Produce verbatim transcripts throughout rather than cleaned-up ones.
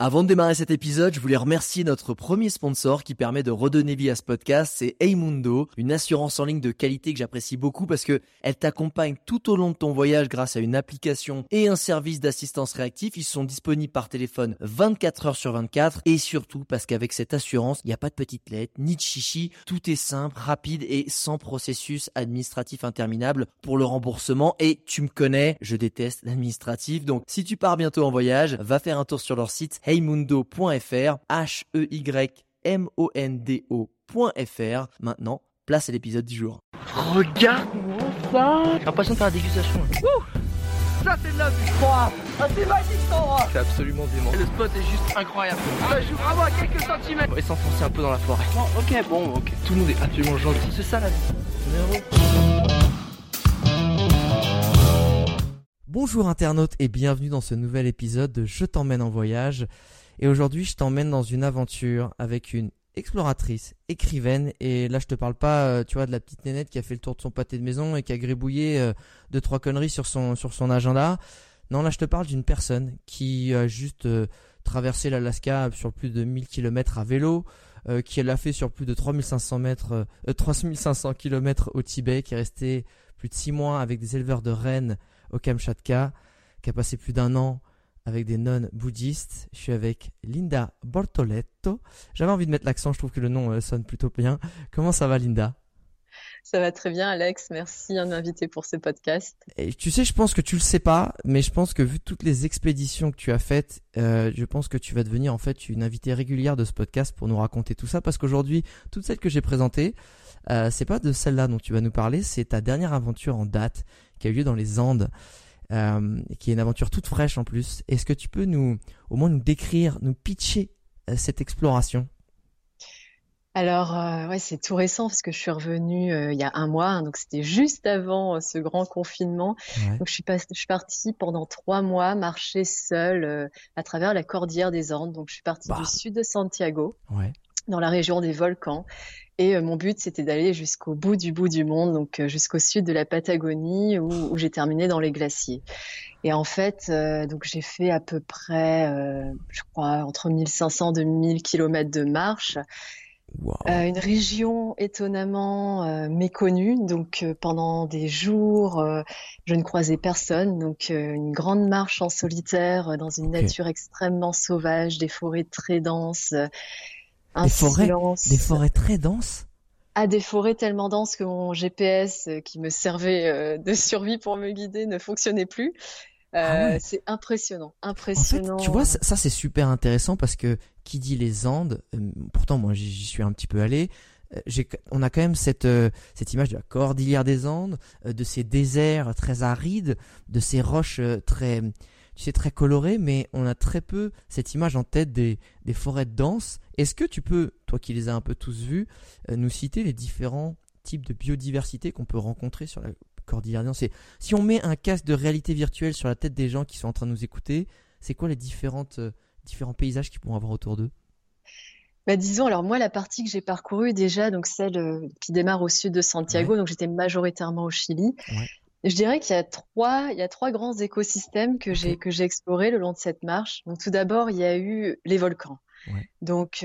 Avant de démarrer cet épisode, je voulais remercier notre premier sponsor qui permet de redonner vie à ce podcast, c'est Heymundo, une assurance en ligne de qualité que j'apprécie beaucoup parce que elle t'accompagne tout au long de ton voyage grâce à une application et un service d'assistance réactif. Ils sont disponibles par téléphone vingt-quatre heures sur vingt-quatre et surtout parce qu'avec cette assurance, il n'y a pas de petites lettres, ni de chichi, tout est simple, rapide et sans processus administratif interminable pour le remboursement. Et tu me connais, je déteste l'administratif, donc si tu pars bientôt en voyage, va faire un tour sur leur site heymundo point f r, H E Y M O N D O point F R. Maintenant, place à l'épisode du jour. Regarde-moi ça. J'ai l'impression de faire la dégustation. Ouh, ça c'est de la vue. Ah, c'est magique cet endroit. C'est absolument dément. Le spot est juste incroyable. Ça joue vraiment à quelques centimètres. On va s'enfoncer un peu dans la forêt. Oh, ok, bon, ok. Tout le monde est absolument gentil. C'est ça la vie. Bonjour internautes et bienvenue dans ce nouvel épisode de Je t'emmène en voyage. Et aujourd'hui, je t'emmène dans une aventure avec une exploratrice, écrivaine. Et là, je te parle pas, euh, tu vois, de la petite nénette qui a fait le tour de son pâté de maison et qui a gribouillé euh, deux, trois conneries sur son, sur son agenda. Non, là, je te parle d'une personne qui a juste euh, traversé l'Alaska sur plus de mille kilomètres à vélo, euh, qui l'a fait sur plus de trois mille cinq cents mètres, euh, trois mille cinq cents kilomètres au Tibet, qui est resté plus de six mois avec des éleveurs de rennes au Kamchatka, qui a passé plus d'un an avec des nonnes bouddhistes. Je suis avec Linda Bortoletto. J'avais envie de mettre l'accent, je trouve que le nom euh, sonne plutôt bien. Comment ça va, Linda ? Ça va très bien, Alex. Merci de m'inviter pour ce podcast. Et tu sais, je pense que tu le sais pas, mais je pense que vu toutes les expéditions que tu as faites, euh, je pense que tu vas devenir en fait une invitée régulière de ce podcast pour nous raconter tout ça. Parce qu'aujourd'hui, toutes celles que j'ai présentées, euh, c'est pas de celle-là dont tu vas nous parler, c'est ta dernière aventure en date qui a eu lieu dans les Andes, euh, qui est une aventure toute fraîche en plus. Est-ce que tu peux nous, au moins nous décrire, nous pitcher euh, cette exploration ? Alors, euh, ouais, c'est tout récent parce que je suis revenue euh, il y a un mois, hein, donc c'était juste avant euh, ce grand confinement. Ouais. Donc, je suis, pas, je suis partie pendant trois mois marcher seule euh, à travers la cordillère des Andes. Donc, je suis partie Bah. du sud de Santiago, Ouais. dans la région des volcans. Et euh, mon but, c'était d'aller jusqu'au bout du bout du monde, donc euh, jusqu'au sud de la Patagonie, où, où j'ai terminé dans les glaciers. Et en fait, euh, donc j'ai fait à peu près, euh, je crois, entre mille cinq cents et deux mille kilomètres de marche. Wow. Euh, une région étonnamment euh, méconnue, donc euh, pendant des jours, euh, je ne croisais personne, donc euh, une grande marche en solitaire euh, dans une Ok. nature extrêmement sauvage, des forêts très denses, euh, un Des forêts, silence. des forêts très denses. À des forêts tellement denses que mon G P S euh, qui me servait euh, de survie pour me guider ne fonctionnait plus. Ah Euh, ouais. c'est impressionnant, En fait, impressionnant. tu vois, ça, ça, c'est super intéressant parce que qui dit les Andes, euh, pourtant moi j'y j'y suis un petit peu allé, euh, j'ai, on a quand même cette, euh, cette image de la cordillère des Andes, euh, de ces déserts très arides, de ces roches euh, très, tu sais, très colorées, mais on a très peu cette image en tête des, des forêts denses. Est-ce que tu peux, toi qui les as un peu tous vues, euh, nous citer les différents types de biodiversité qu'on peut rencontrer sur la cordillère des Andes ? C'est, si on met un casque de réalité virtuelle sur la tête des gens qui sont en train de nous écouter, c'est quoi les différentes, euh, différents paysages qu'ils pourront avoir autour d'eux ? Bah, disons, alors moi, la partie que j'ai parcourue déjà, donc celle euh, qui démarre au sud de Santiago, Ouais. donc j'étais majoritairement au Chili. Ouais. Je dirais qu'il y a trois, il y a trois grands écosystèmes que Ok. j'ai que j'ai explorés le long de cette marche. Donc tout d'abord, il y a eu les volcans. Ouais. Donc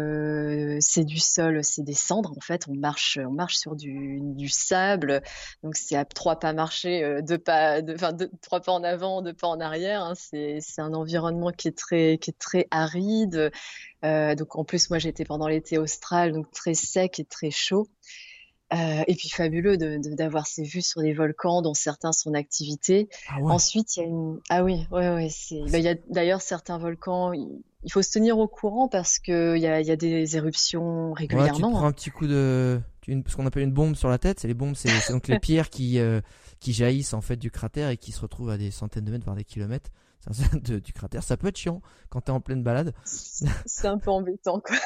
euh, c'est du sol, c'est des cendres en fait. On marche, on marche sur du, du sable. Donc c'est à trois pas marcher, euh, deux pas, deux, enfin deux, trois pas en avant, deux pas en arrière. Hein. C'est c'est un environnement qui est très qui est très aride. Euh, donc en plus moi j'étais pendant l'été austral, donc très sec et très chaud. Euh, et puis fabuleux de, de, d'avoir ces vues sur les volcans dont certains sont en activité. Ah ouais. Ensuite, il y a une... Ah oui, ouais, ouais, c'est... Bah, il y a d'ailleurs certains volcans, il, il faut se tenir au courant parce qu'il y a, il y a des éruptions Ouais, tu te régulièrement. prends Hein. un petit coup de, une, ce qu'on appelle une bombe sur la tête. C'est les bombes, c'est, c'est donc les pierres qui, euh, qui jaillissent en fait du cratère et qui se retrouvent à des centaines de mètres, voire des kilomètres de, du cratère. Ça peut être chiant quand t'es en pleine balade. C'est un peu embêtant, quoi.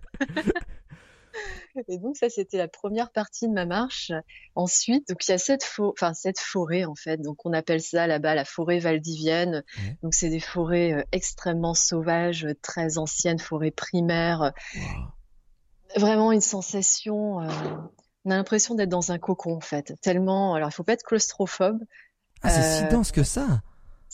Et donc ça, c'était la première partie de ma marche. Ensuite, donc il y a cette, fo- enfin, cette forêt en fait. Donc on appelle ça là-bas la forêt valdivienne. Ouais. Donc c'est des forêts euh, extrêmement sauvages, euh, très anciennes, forêts primaires. Wow. Vraiment une sensation. euh, On a l'impression d'être dans un cocon en fait. Tellement. Alors il faut pas être claustrophobe. Ah, c'est si Euh, dense que ça.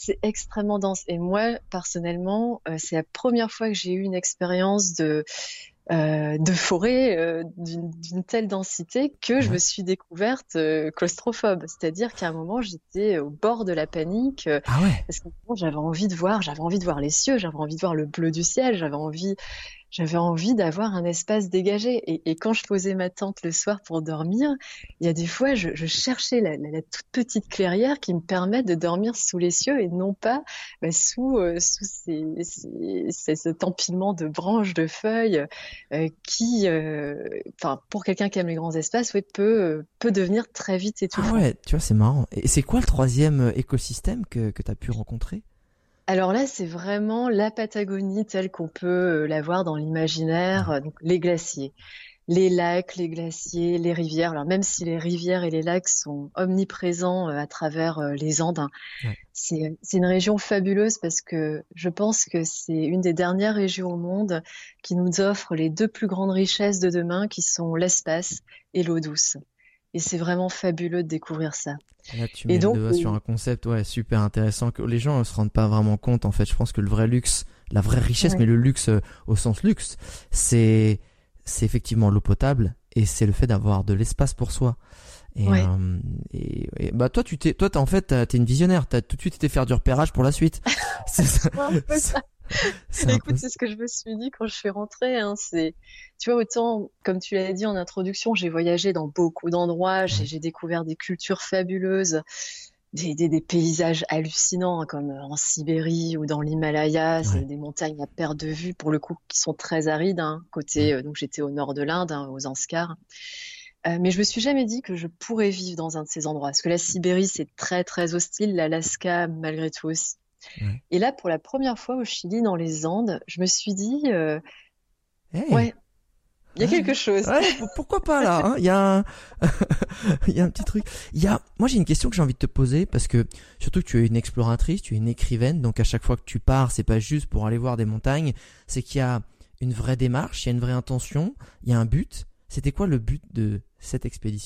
c'est extrêmement dense. Et moi, personnellement, euh, c'est la première fois que j'ai eu une expérience de euh, de forêt euh, d'une, d'une telle densité que ouais. je me suis découverte euh, claustrophobe. C'est-à-dire qu'à un moment, j'étais au bord de la panique euh, ah ouais. parce que bon, j'avais envie de voir, j'avais envie de voir les cieux, j'avais envie de voir le bleu du ciel, j'avais envie J'avais envie d'avoir un espace dégagé. Et, et quand je posais ma tente le soir pour dormir, il y a des fois, je, je cherchais la, la, la toute petite clairière qui me permet de dormir sous les cieux et non pas bah, sous, euh, sous ces, ces, ces, cet empilement de branches, de feuilles euh, qui, enfin, euh, pour quelqu'un qui aime les grands espaces, ouais, peut, peut devenir très vite étouffant. Ah ouais, tu vois, c'est marrant. Et c'est quoi le troisième écosystème que, que tu as pu rencontrer ? Alors là, c'est vraiment la Patagonie telle qu'on peut la voir dans l'imaginaire, donc les glaciers, les lacs, les glaciers, les rivières. Alors même si les rivières et les lacs sont omniprésents à travers les Andes, ouais. c'est, c'est une région fabuleuse parce que je pense que c'est une des dernières régions au monde qui nous offre les deux plus grandes richesses de demain, qui sont l'espace et l'eau douce. Et c'est vraiment fabuleux de découvrir ça. Là, tu mets et donc, le doigt sur un concept ouais, super intéressant que les gens ne se rendent pas vraiment compte. En fait, je pense que le vrai luxe, la vraie richesse, ouais. mais le luxe euh, au sens luxe, c'est, c'est effectivement l'eau potable et c'est le fait d'avoir de l'espace pour soi. Et, ouais. euh, et, et bah toi, tu t'es, toi, t'es, en fait, t'es une visionnaire. T'as tout de suite été faire du repérage pour la suite. c'est ça. ça. C'est Écoute, peu... c'est ce que je me suis dit quand je suis rentrée. Hein. C'est, tu vois, autant, comme tu l'as dit en introduction, j'ai voyagé dans beaucoup d'endroits, j'ai, j'ai découvert des cultures fabuleuses, des, des, des paysages hallucinants, hein, comme en Sibérie ou dans l'Himalaya, ouais. c'est des montagnes à perte de vue, pour le coup, qui sont très arides. Hein, côté, euh, donc j'étais au nord de l'Inde, hein, aux Anskars. Euh, mais je me suis jamais dit que je pourrais vivre dans un de ces endroits, parce que la Sibérie, c'est très, très hostile, l'Alaska, malgré tout aussi. Ouais. Et là, pour la première fois au Chili, dans les Andes, je me suis dit, euh, hey. ouais, il y a ouais. quelque chose. Ouais, pourquoi pas là hein, il y a, un... il y a un petit truc. Il y a, moi j'ai une question que j'ai envie de te poser parce que surtout que tu es une exploratrice, tu es une écrivaine, donc à chaque fois que tu pars, c'est pas juste pour aller voir des montagnes, c'est qu'il y a une vraie démarche, il y a une vraie intention, il y a un but. C'était quoi le but de cette expédition-là ?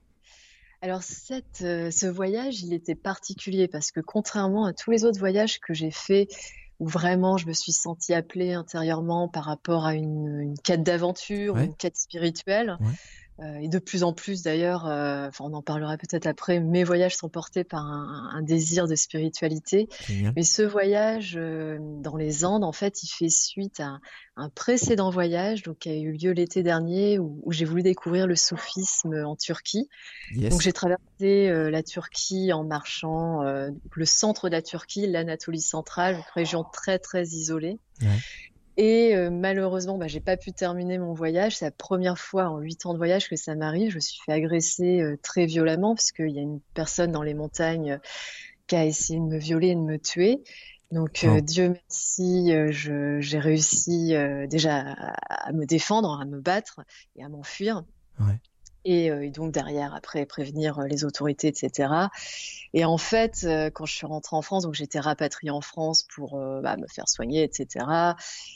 Alors cette, euh, ce voyage, il était particulier parce que contrairement à tous les autres voyages que j'ai faits, où vraiment je me suis sentie appelée intérieurement par rapport à une, une quête d'aventure, ouais. une quête spirituelle, ouais. euh, et de plus en plus d'ailleurs, euh, enfin on en parlera peut-être après, mes voyages sont portés par un, un désir de spiritualité. Génial. Mais ce voyage euh, dans les Andes, en fait, il fait suite à un précédent voyage donc, qui a eu lieu l'été dernier où, où j'ai voulu découvrir le soufisme en Turquie. Yes. Donc j'ai traversé euh, la Turquie en marchant euh, le centre de la Turquie, l'Anatolie centrale, une région très très isolée. Ouais. Et euh, malheureusement, bah, j'ai pas pu terminer mon voyage. C'est la première fois en huit ans de voyage que ça m'arrive. Je me suis fait agresser euh, très violemment parce qu'il y a une personne dans les montagnes euh, qui a essayé de me violer et de me tuer. Donc, euh, oh. Dieu merci, euh, je, j'ai réussi euh, déjà à, à me défendre, à me battre et à m'enfuir. Ouais. Et, euh, et donc derrière, après, prévenir les autorités, et cetera. Et en fait, euh, quand je suis rentrée en France, donc j'étais rapatriée en France pour euh, bah, me faire soigner, et cetera.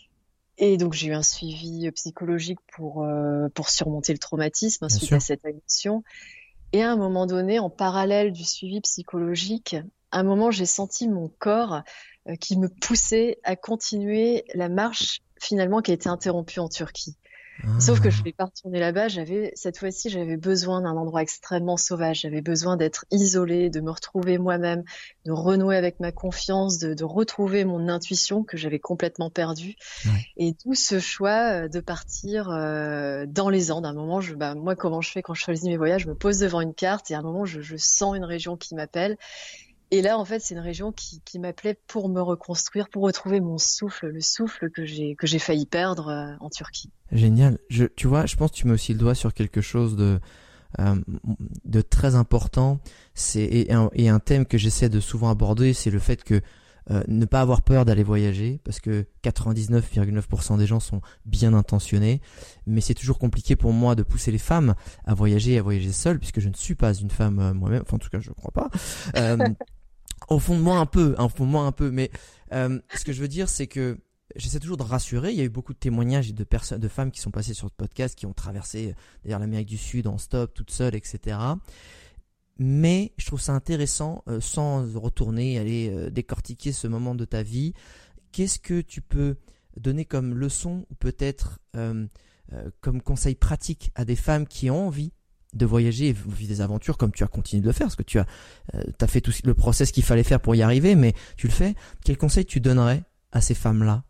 Et donc j'ai eu un suivi psychologique pour euh, pour surmonter le traumatisme suite à cette agression. Et à un moment donné, en parallèle du suivi psychologique, à un moment, j'ai senti mon corps euh, qui me poussait à continuer la marche finalement qui a été interrompue en Turquie. Ah. Sauf que je ne vais pas retourner là-bas. J'avais cette fois-ci, j'avais besoin d'un endroit extrêmement sauvage. J'avais besoin d'être isolée, de me retrouver moi-même, de renouer avec ma confiance, de, de retrouver mon intuition que j'avais complètement perdue. Ouais. Et tout ce choix de partir euh, dans les Andes. À un moment, je, bah, moi, comment je fais quand je choisis mes voyages ? Je me pose devant une carte et à un moment, je, je sens une région qui m'appelle. Et là, en fait, c'est une région qui, qui m'appelait pour me reconstruire, pour retrouver mon souffle, le souffle que j'ai, que j'ai failli perdre euh, en Turquie. Génial. Je, tu vois, je pense que tu mets aussi le doigt sur quelque chose de, euh, de très important. C'est, et, un, et un thème que j'essaie de souvent aborder, c'est le fait que euh, ne pas avoir peur d'aller voyager, parce que quatre-vingt-dix-neuf virgule neuf pour cent des gens sont bien intentionnés, mais c'est toujours compliqué pour moi de pousser les femmes à voyager, à voyager seules, puisque je ne suis pas une femme euh, moi-même, enfin en tout cas je ne crois pas. Euh, Au fond de moi un peu, hein, au fond de moi un peu, mais euh, ce que je veux dire, c'est que j'essaie toujours de rassurer. Il y a eu beaucoup de témoignages de personnes, de femmes qui sont passées sur ce podcast, qui ont traversé d'ailleurs l'Amérique du Sud en stop, toutes seules, et cetera. mais je trouve ça intéressant, euh, sans retourner, aller euh, décortiquer ce moment de ta vie. Qu'est-ce que tu peux donner comme leçon ou peut-être euh, euh, comme conseil pratique à des femmes qui ont envie de voyager et vivre des aventures comme tu as continué de le faire, parce que tu as, euh, t'as fait tout le process qu'il fallait faire pour y arriver, mais tu le fais. Quel conseil tu donnerais à ces femmes-là?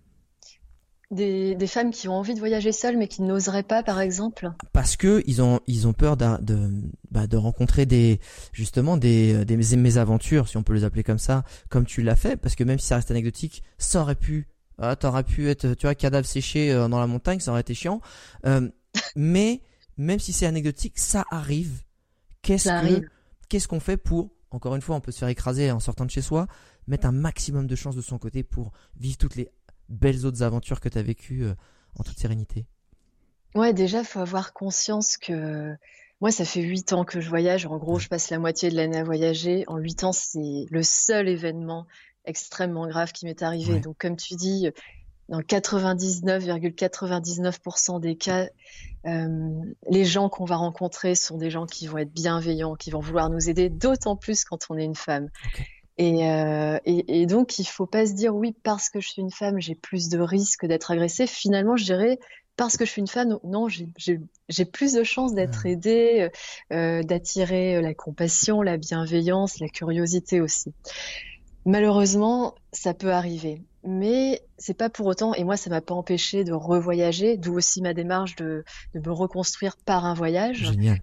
Des, des femmes qui ont envie de voyager seules mais qui n'oseraient pas, par exemple? Parce que ils ont ils ont peur de de, bah, de rencontrer des justement des des mésaventures, si on peut les appeler comme ça, comme tu l'as fait, parce que même si ça reste anecdotique, ça aurait pu ah, t'aurais pu être, tu vois, cadavre séché euh, dans la montagne, ça aurait été chiant. Euh, mais même si c'est anecdotique, ça arrive. Qu'est-ce Ça que arrive. qu'est-ce qu'on fait pour, encore une fois, on peut se faire écraser en sortant de chez soi, mettre un maximum de chances de son côté pour vivre toutes les belles autres aventures que tu as vécues euh, en toute sérénité. Ouais, déjà, faut avoir conscience que moi, ça fait huit ans que je voyage. En gros, je passe la moitié de l'année à voyager. En huit ans, c'est le seul événement extrêmement grave qui m'est arrivé. Ouais. Donc, comme tu dis, dans quatre-vingt-dix-neuf virgule quatre-vingt-dix-neuf pour cent des cas, euh, les gens qu'on va rencontrer sont des gens qui vont être bienveillants, qui vont vouloir nous aider, d'autant plus quand on est une femme. Ok. Et, euh, et, et donc, il faut pas se dire, oui, parce que je suis une femme, j'ai plus de risques d'être agressée. Finalement, je dirais, parce que je suis une femme, non, j'ai, j'ai, j'ai plus de chances d'être Ah. aidée, euh, d'attirer la compassion, la bienveillance, la curiosité aussi. Malheureusement, ça peut arriver. Mais c'est pas pour autant, et moi, ça m'a pas empêché de revoyager, d'où aussi ma démarche de, de me reconstruire par un voyage. Génial.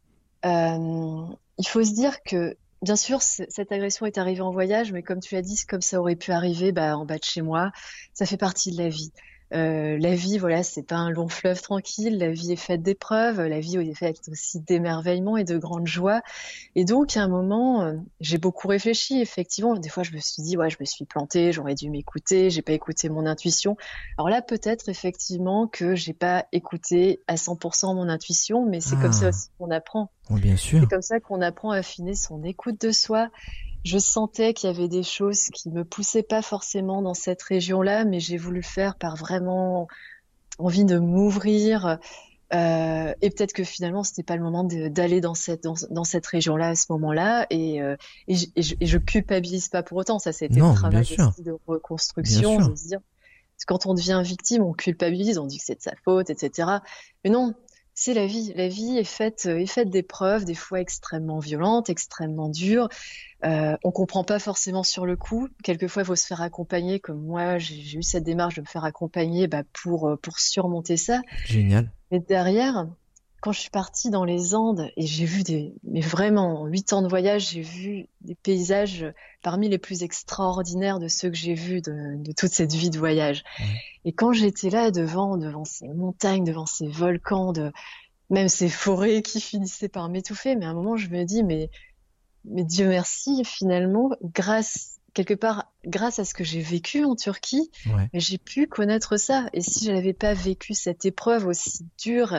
Euh, il faut se dire que, bien sûr, c- cette agression est arrivée en voyage, mais comme tu l'as dit, c'est comme ça aurait pu arriver bah, en bas de chez moi. Ça fait partie de la vie. Euh, la vie, voilà, c'est pas un long fleuve tranquille. La vie est faite d'épreuves. La vie est faite aussi d'émerveillement et de grande joie. Et donc, à un moment, euh, j'ai beaucoup réfléchi. Effectivement, des fois, je me suis dit, ouais, je me suis plantée. J'aurais dû m'écouter. J'ai pas écouté mon intuition. Alors là, peut-être effectivement que j'ai pas écouté à cent pour cent mon intuition, mais c'est comme ça Ah. aussi qu'on apprend. Oh, bien sûr. C'est comme ça qu'on apprend à affiner son écoute de soi. Je sentais qu'il y avait des choses qui me poussaient pas forcément dans cette région-là, mais j'ai voulu le faire par vraiment envie de m'ouvrir. Euh, et peut-être que finalement, c'était pas le moment de- d'aller dans cette dans, dans cette région-là à ce moment-là. Et, euh, et, je, et, je, et je culpabilise pas pour autant. Ça, c'était Non, le travail bien sûr. aussi de reconstruction, Bien sûr. de se dire parce que quand on devient victime, on culpabilise, on dit que c'est de sa faute, et cetera. Mais non, c'est la vie. La vie est faite, est faite d'épreuves, des fois extrêmement violentes, extrêmement dures. Euh, on comprend pas forcément sur le coup. Quelquefois, il faut se faire accompagner, comme moi, j'ai, j'ai eu cette démarche de me faire accompagner bah, pour, euh, pour surmonter ça. Génial. Mais derrière, quand je suis partie dans les Andes et j'ai vu des, mais vraiment, en huit ans de voyage, j'ai vu des paysages parmi les plus extraordinaires de ceux que j'ai vus de, de toute cette vie de voyage. Ouais. Et quand j'étais là devant, devant ces montagnes, devant ces volcans, de, même ces forêts qui finissaient par m'étouffer, mais à un moment, je me dis, mais, mais Dieu merci, finalement, grâce, quelque part, grâce à ce que j'ai vécu en Turquie, Ouais. j'ai pu connaître ça. Et si je n'avais pas vécu cette épreuve aussi dure,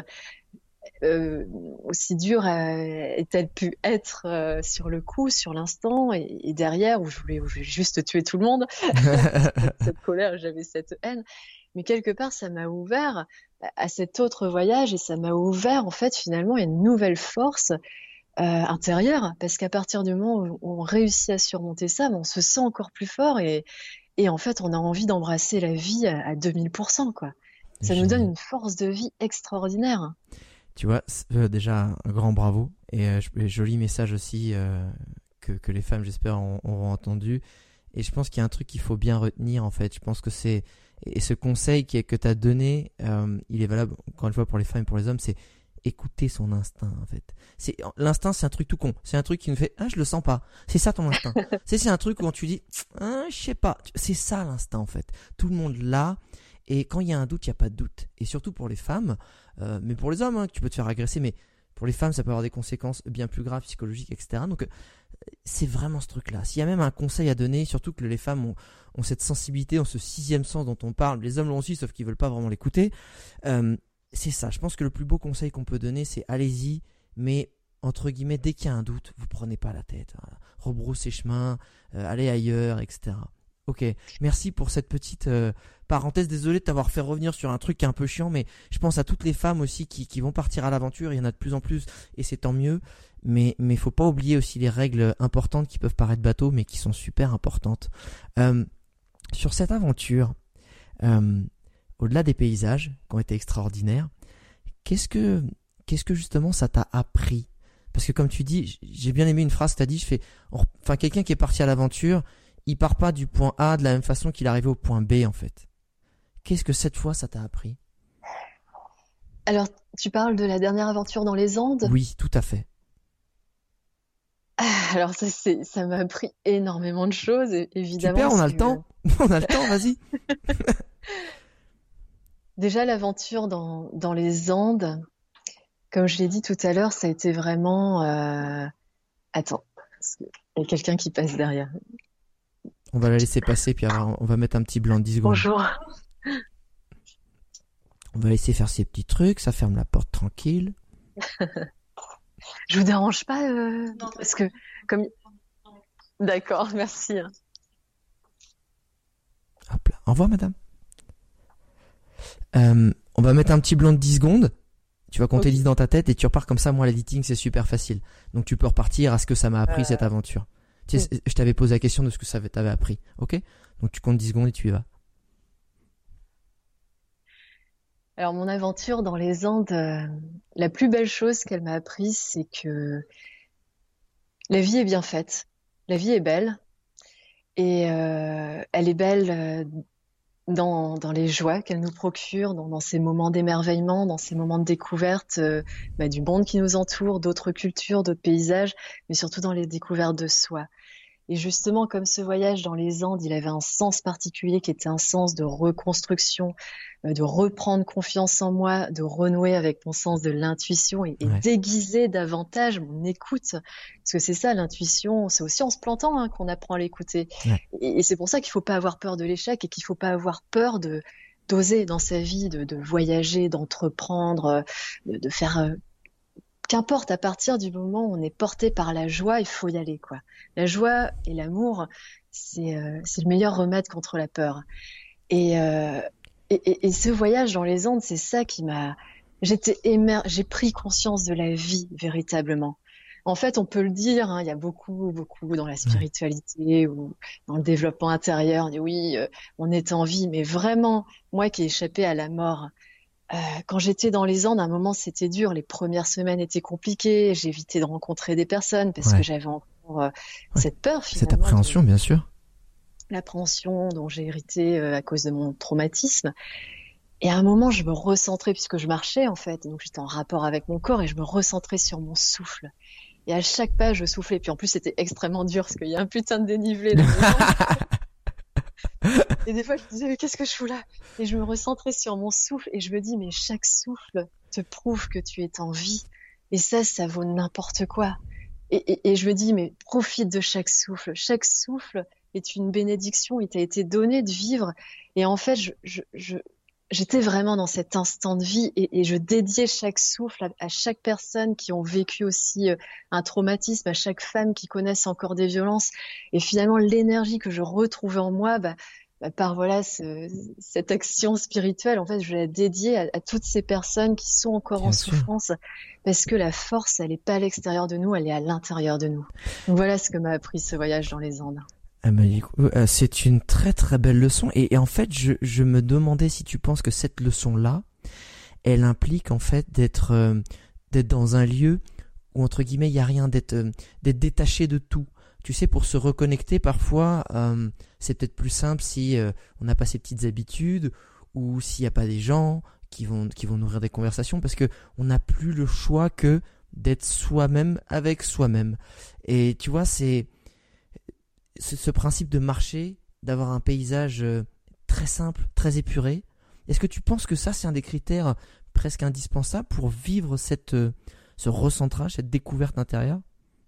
euh, aussi dure a- est-elle pu être euh, sur le coup, sur l'instant, et, et derrière, où je voulais, où je voulais juste tuer tout le monde, cette, cette colère, j'avais cette haine. Mais quelque part, ça m'a ouvert à cet autre voyage et ça m'a ouvert, en fait, finalement, à une nouvelle force euh, intérieure. Parce qu'à partir du moment où on réussit à surmonter ça, on se sent encore plus fort et, et en fait, on a envie d'embrasser la vie à, à deux mille pour cent, quoi. Ça nous donne Génial. une force de vie extraordinaire. Tu vois, c'est, euh, déjà un grand bravo et, euh, je- et joli message aussi euh, que, que les femmes, j'espère, ont- auront entendu. Et je pense qu'il y a un truc qu'il faut bien retenir en fait. Je pense que c'est et ce conseil qui est, que tu as donné, euh, il est valable encore une fois pour les femmes et pour les hommes, c'est écouter son instinct en fait. C'est l'instinct, c'est un truc tout con. C'est un truc qui nous fait ah je le sens pas. C'est ça ton instinct. c'est c'est un truc où quand tu dis ah, je sais pas. C'est ça l'instinct en fait. Tout le monde l'a. Et quand il y a un doute, il y a pas de doute. Et surtout pour les femmes, euh, mais pour les hommes, hein, tu peux te faire agresser, mais pour les femmes, ça peut avoir des conséquences bien plus graves, psychologiques, et cetera. Donc, euh, c'est vraiment ce truc-là. S'il y a même un conseil à donner, surtout que les femmes ont, ont cette sensibilité, ont ce sixième sens dont on parle, les hommes l'ont aussi, sauf qu'ils veulent pas vraiment l'écouter, euh, c'est ça. Je pense que le plus beau conseil qu'on peut donner, c'est allez-y, mais entre guillemets, dès qu'il y a un doute, vous prenez pas la tête. Voilà. Rebroussez chemin, euh, allez ailleurs, et cetera. Ok, merci pour cette petite euh, parenthèse. Désolé de t'avoir fait revenir sur un truc qui est un peu chiant, mais je pense à toutes les femmes aussi qui, qui vont partir à l'aventure. Il y en a de plus en plus et c'est tant mieux. mais mais faut pas oublier aussi les règles importantes qui peuvent paraître bateau, mais qui sont super importantes. Euh, sur cette aventure, euh, au-delà des paysages qui ont été extraordinaires, qu'est-ce que qu'est-ce que justement ça t'a appris? Parce que comme tu dis, j'ai bien aimé une phrase que tu as dit, je fais, enfin quelqu'un qui est parti à l'aventure, il part pas du point A de la même façon qu'il est arrivé au point B en fait. Qu'est-ce que cette fois ça t'a appris? Alors, tu parles de la dernière aventure dans les Andes? Oui, tout à fait. Ah, alors ça, c'est, ça m'a appris énormément de choses, é- évidemment. Super, on a parce le que temps. On a le temps, vas-y. déjà l'aventure dans, dans les Andes, comme je l'ai dit tout à l'heure, ça a été vraiment... euh, Attends, parce qu'il y a quelqu'un qui passe derrière. On va la laisser passer, puis alors, on va mettre un petit blanc de dix secondes. Bonjour. On va laisser faire ses petits trucs, ça ferme la porte tranquille. Je vous dérange pas euh, parce que comme d'accord, merci. Hop là. Au revoir, madame. Euh, on va mettre un petit blanc de dix secondes. Tu vas compter Ok. dix dans ta tête et tu repars comme ça. Moi, l'editing, c'est super facile. Donc, tu peux repartir à ce que ça m'a appris Euh, cette aventure. Tu sais, je t'avais posé la question de ce que ça t'avait appris. Ok? Donc, tu comptes dix secondes et tu y vas. Alors mon aventure dans les Andes, euh, la plus belle chose qu'elle m'a appris, c'est que la vie est bien faite, la vie est belle et euh, elle est belle euh, dans, dans les joies qu'elle nous procure, dans, dans ces moments d'émerveillement, dans ces moments de découverte euh, bah, du monde qui nous entoure, d'autres cultures, d'autres paysages, mais surtout dans les découvertes de soi. Et justement, comme ce voyage dans les Andes, il avait un sens particulier qui était un sens de reconstruction, euh, de reprendre confiance en moi, de renouer avec mon sens de l'intuition et, et Ouais. déguiser davantage mon écoute. Parce que c'est ça, l'intuition, c'est aussi en se plantant hein, qu'on apprend à l'écouter. Ouais. Et, et c'est pour ça qu'il faut pas avoir peur de l'échec et qu'il faut pas avoir peur de d'oser dans sa vie, de, de voyager, d'entreprendre, euh, de, de faire... euh, Qu'importe, à partir du moment où on est porté par la joie, il faut y aller, quoi. La joie et l'amour, c'est euh, c'est le meilleur remède contre la peur. Et, euh, et, et, et ce voyage dans les Andes, c'est ça qui m'a... J'étais émer... J'ai pris conscience de la vie, véritablement. En fait, on peut le dire, hein, il y a beaucoup, beaucoup dans la spiritualité ou dans le développement intérieur, on dit oui, euh, on est en vie, mais vraiment, moi qui ai échappé à la mort, euh, quand j'étais dans les Andes, à un moment, c'était dur. Les premières semaines étaient compliquées. J'évitais de rencontrer des personnes parce Ouais. que j'avais encore euh, Ouais. cette peur, Cette finalement, de appréhension, bien sûr. l'appréhension dont j'ai hérité euh, à cause de mon traumatisme. Et à un moment, je me recentrais puisque je marchais, en fait. Donc, j'étais en rapport avec mon corps et je me recentrais sur mon souffle. Et à chaque pas, je soufflais. Puis en plus, c'était extrêmement dur parce qu'il y a un putain de dénivelé là. Et des fois, je me disais, mais qu'est-ce que je fous là? Et je me recentrais sur mon souffle et je me dis, mais chaque souffle te prouve que tu es en vie. Et ça, ça vaut n'importe quoi. Et, et, et je me dis, mais profite de chaque souffle. Chaque souffle est une bénédiction. Il t'a été donné de vivre. Et en fait, je, je, je, j'étais vraiment dans cet instant de vie et, et je dédiais chaque souffle à, à chaque personne qui ont vécu aussi euh, un traumatisme, à chaque femme qui connaisse encore des violences. Et finalement, l'énergie que je retrouvais en moi, bah, bah, par voilà ce, cette action spirituelle, en fait, je la dédiais à, à toutes ces personnes qui sont encore Bien en sûr. souffrance, parce que la force, elle est pas à l'extérieur de nous, elle est à l'intérieur de nous. Donc voilà ce que m'a appris ce voyage dans les Andes. Ah bah, du coup, euh, c'est une très très belle leçon et, et en fait je, je me demandais si tu penses que cette leçon-là, elle implique en fait d'être euh, d'être dans un lieu où entre guillemets il y a rien, d'être euh, d'être détaché de tout. Tu sais, pour se reconnecter parfois, euh, c'est peut-être plus simple si euh, on n'a pas ces petites habitudes ou s'il n'y a pas des gens qui vont qui vont nourrir des conversations parce que on n'a plus le choix que d'être soi-même avec soi-même. Et tu vois, c'est ce, ce principe de marcher, d'avoir un paysage euh, très simple, très épuré. Est-ce que tu penses que ça, c'est un des critères presque indispensables pour vivre cette, euh, ce recentrage, cette découverte intérieure?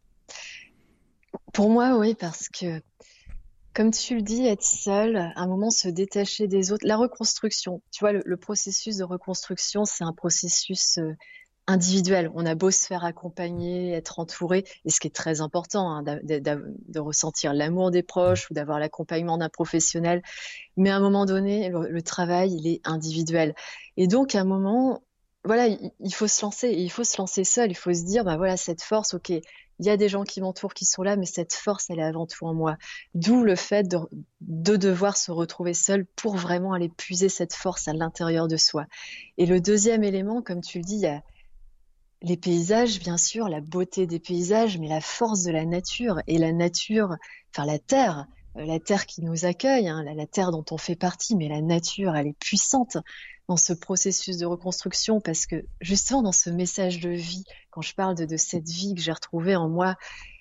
Pour moi, oui, parce que, comme tu le dis, être seul, à un moment se détacher des autres, la reconstruction, tu vois, le, le processus de reconstruction, c'est un processus euh, individuel. On a beau se faire accompagner, être entouré, et ce qui est très important, hein, d'a- d'a- d'a- de ressentir l'amour des proches ou d'avoir l'accompagnement d'un professionnel, mais à un moment donné, le, le travail, il est individuel. Et donc, à un moment, voilà, il, il faut se lancer, et il faut se lancer seul, il faut se dire, bah voilà, cette force, ok, il y a des gens qui m'entourent, qui sont là, mais cette force, elle est avant tout en moi. D'où le fait de, de devoir se retrouver seul pour vraiment aller puiser cette force à l'intérieur de soi. Et le deuxième élément, comme tu le dis, il y a les paysages, bien sûr, la beauté des paysages, mais la force de la nature. Et la nature, enfin la terre, euh, la terre qui nous accueille, hein, la, la terre dont on fait partie, mais la nature, elle est puissante dans ce processus de reconstruction, parce que justement dans ce message de vie, quand je parle de, de cette vie que j'ai retrouvée en moi,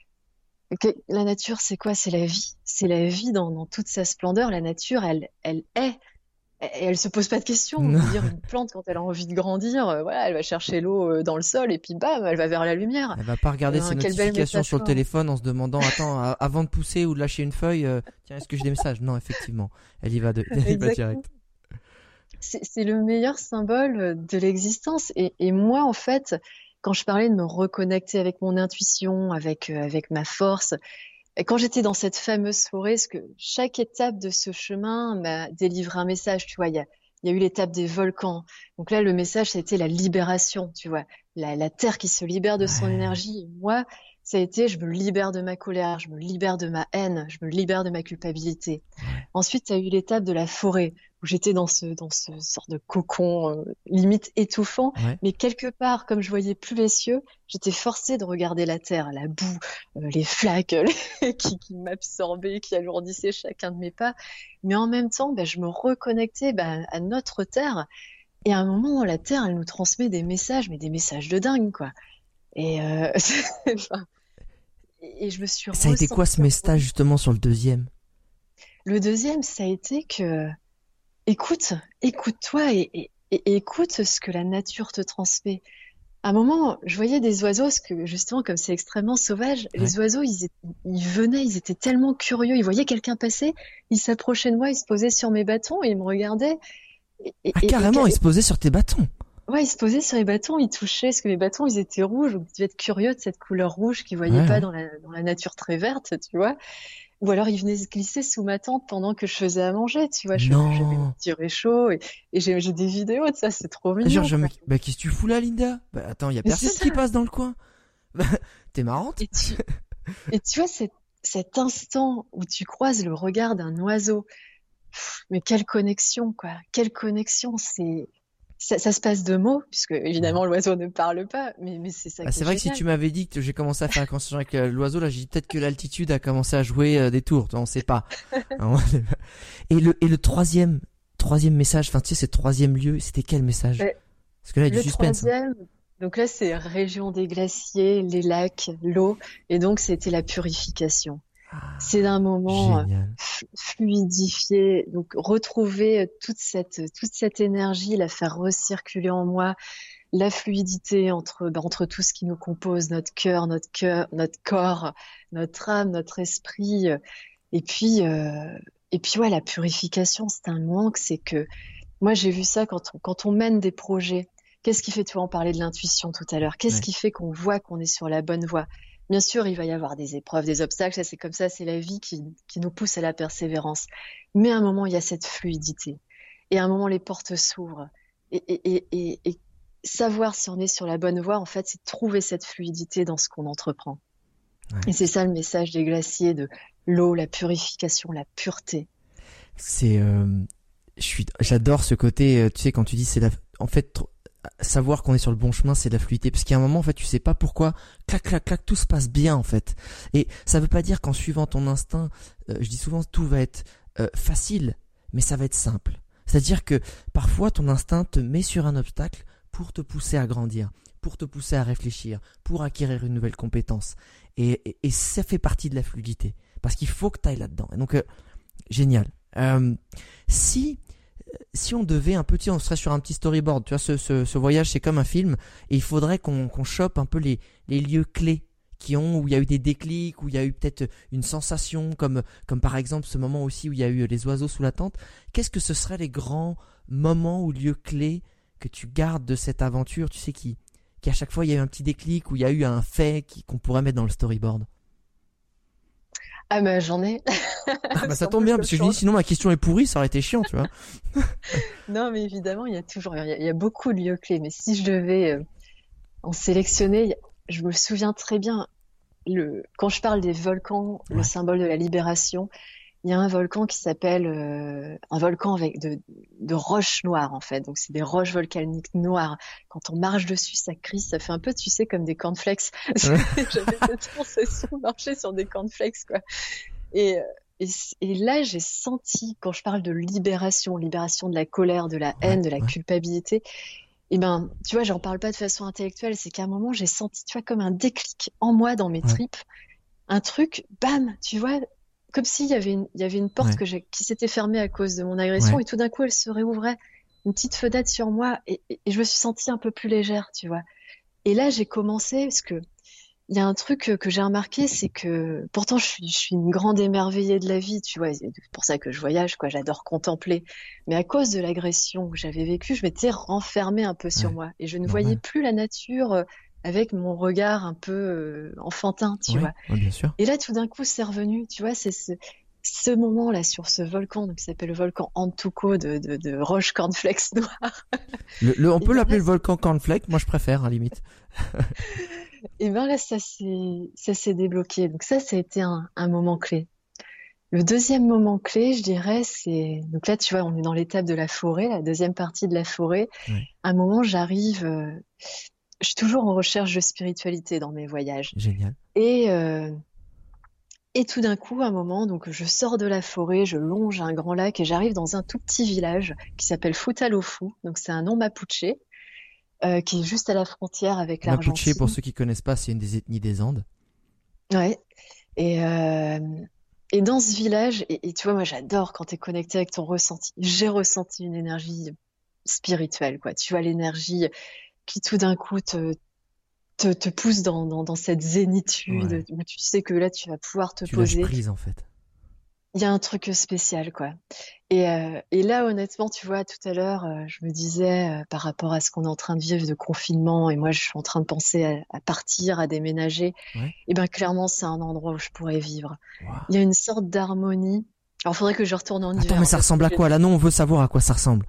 que la nature, c'est quoi? C'est la vie. C'est la vie dans, dans toute sa splendeur. La nature, elle, elle est. Et elle se pose pas de questions. Je veux dire, une plante, quand elle a envie de grandir, euh, voilà, elle va chercher l'eau euh, dans le sol et puis bam, elle va vers la lumière. Elle va pas regarder Euh, ses quelle belle notifications sur le métaphore. téléphone en se demandant, attends, a- avant de pousser ou de lâcher une feuille, euh, tiens, est-ce que j'ai des messages? Non, effectivement, elle y va, de... elle y va Exactement. direct. C'est, c'est le meilleur symbole de l'existence. Et, et moi, en fait, quand je parlais de me reconnecter avec mon intuition, avec, euh, avec ma force, et quand j'étais dans cette fameuse forêt, parce que chaque étape de ce chemin m'a délivré un message, tu vois, il y a, il y a eu l'étape des volcans. Donc là, le message, ça a été la libération, tu vois, la, la terre qui se libère de son Ouais. énergie. Et moi, ça a été, je me libère de ma colère, je me libère de ma haine, je me libère de ma culpabilité. Ouais. Ensuite, il y a eu l'étape de la forêt, où j'étais dans ce, dans ce sorte de cocon, euh, limite étouffant. Ouais. Mais quelque part, comme je voyais plus les cieux, j'étais forcée de regarder la terre, la boue, euh, les flaques les- qui, qui m'absorbaient, qui alourdissaient chacun de mes pas. Mais en même temps, ben, je me reconnectais ben, à notre terre. Et à un moment, la terre, elle nous transmet des messages, mais des messages de dingue, quoi. Et, euh, enfin, et et je me suis Ça a été quoi ce ressentie en message justement sur le deuxième? Le deuxième, ça a été que, écoute, écoute-toi et, et- et écoute ce que la nature te transmet. À un moment, je voyais des oiseaux, parce que justement, comme c'est extrêmement sauvage, Ouais. les oiseaux, ils, étaient- ils venaient, ils étaient tellement curieux, ils voyaient quelqu'un passer, ils s'approchaient de moi, ils se posaient sur mes bâtons et ils me regardaient. Et, et- Ah, et- carrément, et- il se posait sur tes bâtons. ouais, ils se posaient sur les bâtons, ils touchaient, parce que mes bâtons, ils étaient rouges, donc ils devaient être curieux de cette couleur rouge qu'ils voyaient Ouais, pas ouais. dans la, dans la nature très verte, tu vois. Ou alors ils venaient se glisser sous ma tente pendant que je faisais à manger, tu vois, je- j'avais mon Non. petit réchaud et, et j'ai j'ai des vidéos de ça, c'est trop Ah, genre, mignon, je me... quoi. Bah, qu'est-ce que tu fous là, Linda? Bah, attends, y a Mais c'est personne ça. qui passe dans le coin. Bah, t'es marrante. Et tu, et tu vois, cet, cet instant où tu croises le regard d'un oiseau, pff, mais quelle connexion, quoi. Quelle connexion, c'est, ça, ça se passe de mots, puisque Ouais. évidemment l'oiseau ne parle pas, mais, mais c'est ça Bah, qui c'est est vrai que si génial. tu m'avais dit que j'ai commencé à faire la conversation avec euh, l'oiseau, là, j'ai dit peut-être que l'altitude a commencé à jouer euh, des tours. On sait pas. Hein, on sait pas. Et le, et le troisième, troisième message, enfin, tu sais, ce troisième lieu, c'était quel message? Ouais. Parce que là, il y a Le du suspense. hein. troisième, donc là, c'est région des glaciers, les lacs, l'eau, et donc c'était la purification. Ah, C'est d'un moment euh, génial. f- fluidifié, donc retrouver euh, toute cette toute cette énergie, la faire recirculer en moi, la fluidité entre bah, entre tout ce qui nous compose, notre cœur, notre cœur, notre corps, notre âme, notre esprit, euh, et puis euh, et puis ouais, la purification, c'est un manque, c'est que moi j'ai vu ça quand on quand on mène des projets. Qu'est-ce qui fait, tu vois, on parlait de l'intuition tout à l'heure. Qu'est-ce Ouais. qui fait qu'on voit qu'on est sur la bonne voie? Bien sûr, il va y avoir des épreuves, des obstacles, ça c'est comme ça, c'est la vie qui, qui nous pousse à la persévérance. Mais à un moment, il y a cette fluidité. Et à un moment, les portes s'ouvrent. Et, et, et, et, et savoir si on est sur la bonne voie, en fait, c'est trouver cette fluidité dans ce qu'on entreprend. Ouais. Et c'est ça le message des glaciers, de l'eau, la purification, la pureté. C'est, euh, je suis, j'adore ce côté, euh, tu sais, quand tu dis c'est la, en fait, tr- savoir qu'on est sur le bon chemin, c'est la fluidité. Parce qu'il y a un moment, en fait, tu sais pas pourquoi, clac, clac, clac, tout se passe bien, en fait. Et ça veut pas dire qu'en suivant ton instinct, euh, je dis souvent, tout va être euh, facile, mais ça va être simple. C'est-à-dire que parfois, ton instinct te met sur un obstacle pour te pousser à grandir, pour te pousser à réfléchir, pour acquérir une nouvelle compétence. Et, et, et ça fait partie de la fluidité. Parce qu'il faut que tu ailles là-dedans. Et donc, euh, génial. Euh, si si on devait un petit, on serait sur un petit storyboard, tu vois, ce, ce, ce voyage c'est comme un film, et il faudrait qu'on qu'on chope un peu les, les lieux clés qui ont, où il y a eu des déclics, où il y a eu peut-être une sensation, comme, comme par exemple ce moment aussi où il y a eu les oiseaux sous la tente. Qu'est-ce que ce seraient les grands moments ou lieux clés que tu gardes de cette aventure, tu sais, qui, qui à chaque fois il y a eu un petit déclic, où il y a eu un fait qui, qu'on pourrait mettre dans le storyboard? Ah bah j'en ai. Ah bah C'est ça un tombe peu bien, le parce que je choix. dis sinon ma question est pourrie, ça aurait été chiant, tu vois. Non, mais évidemment, il y a toujours, il y a, il y a beaucoup de lieux clés. Mais si je devais euh, en sélectionner, il y a- je me souviens très bien, le, quand je parle des volcans, le Ouais, symbole de la libération, il y a un volcan qui s'appelle euh, un volcan avec de, de roches noires, en fait. Donc, c'est des roches volcaniques noires. Quand on marche dessus, ça crie, ça fait un peu, tu sais, comme des cornflakes. ouais, J'avais cette sensation de marcher sur des cornflakes, quoi. Et, euh, et, c- et là, j'ai senti, quand je parle de libération, libération de la colère, de la ouais, haine, de la ouais, culpabilité, et ben, tu vois, j'en parle pas de façon intellectuelle, c'est qu'à un moment, j'ai senti, tu vois, comme un déclic en moi, dans mes ouais, tripes, un truc, bam, tu vois, comme s'il y avait une, il y avait une porte ouais, que j'ai, qui s'était fermée à cause de mon agression, ouais, et tout d'un coup, elle se réouvrait, une petite fenêtre sur moi, et, et, et je me suis sentie un peu plus légère, tu vois. Et là, j'ai commencé, parce que il y a un truc euh, que j'ai remarqué, c'est que pourtant je suis, je suis une grande émerveillée de la vie, tu vois, c'est pour ça que je voyage, quoi, j'adore contempler. Mais à cause de l'agression que j'avais vécue, je m'étais renfermée un peu sur ouais, moi et je ne voyais normal. plus la nature euh, avec mon regard un peu euh, enfantin, tu Ouais, vois. ouais, bien sûr. Et là, tout d'un coup, c'est revenu, tu vois, c'est ce, ce moment-là sur ce volcan, donc, qui s'appelle le volcan Antuco de, de, de roche cornflakes noire. Le, le, on Et peut ben là, l'appeler le volcan Cornflake, moi je préfère, à limite. et ben là, ça s'est, ça s'est débloqué. Donc ça, ça a été un, un moment clé. Le deuxième moment clé, je dirais, c'est... Donc là, tu vois, on est dans l'étape de la forêt, la deuxième partie de la forêt. Ouais, À un moment, j'arrive... euh, Je suis toujours en recherche de spiritualité dans mes voyages. génial. Et, euh, et tout d'un coup, à un moment, donc je sors de la forêt, je longe un grand lac et j'arrive dans un tout petit village qui s'appelle Futalofu. Donc c'est un nom mapuche euh, qui est juste à la frontière avec Mapuche, pour l'Argentine. ceux qui connaissent pas, c'est une des ethnies des Andes. Ouais. Et, euh, et dans ce village, et, et tu vois, moi j'adore quand tu es connecté avec ton ressenti. J'ai ressenti une énergie spirituelle, quoi. Tu vois, l'énergie qui tout d'un coup te, te, te pousse dans, dans, dans cette zénitude Ouais, où tu sais que là tu vas pouvoir te tu lâches poser. prise en fait. Il y a un truc spécial, quoi. Et, euh, et là, honnêtement, tu vois, tout à l'heure, euh, je me disais, euh, par rapport à ce qu'on est en train de vivre de confinement, et moi je suis en train de penser à, à partir, à déménager, Ouais. et ben clairement, c'est un endroit où je pourrais vivre. Waouh. Il y a une sorte d'harmonie. Alors, il faudrait que je retourne en Attends, hiver, mais hein, ça parce que ressemble à j'ai quoi? Là, non, on veut savoir à quoi ça ressemble.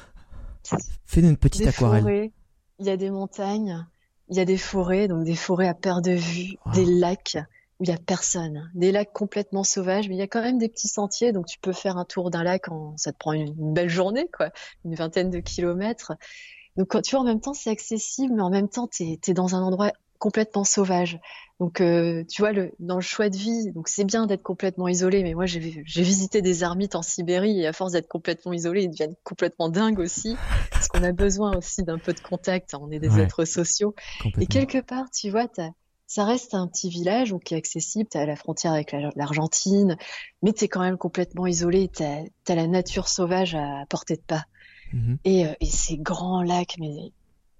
Fais-nous une petite des aquarelle. forêts, il y a des montagnes, il y a des forêts, donc des forêts à perte de vue, des Waouh. lacs où il y a personne, des lacs complètement sauvages, mais il y a quand même des petits sentiers, donc tu peux faire un tour d'un lac en, ça te prend une, une belle journée, quoi, une vingtaine de kilomètres. Donc, quand, tu vois, en même temps, c'est accessible, mais en même temps, t'es, t'es dans un endroit complètement sauvage. Donc, euh, tu vois, le, dans le choix de vie, donc c'est bien d'être complètement isolé, mais moi, j'ai, j'ai visité des ermites en Sibérie et à force d'être complètement isolé, ils deviennent complètement dingues aussi, parce qu'on a besoin aussi d'un peu de contact, hein, on est des Ouais, êtres sociaux. Et complètement. quelque part, tu vois, t'as, ça reste un petit village donc, qui est accessible, t'as la frontière avec la- l'Argentine, mais t'es quand même complètement isolé, t'as, t'as la nature sauvage à portée de pas. Mhm. Et, euh, et ces grands lacs, mais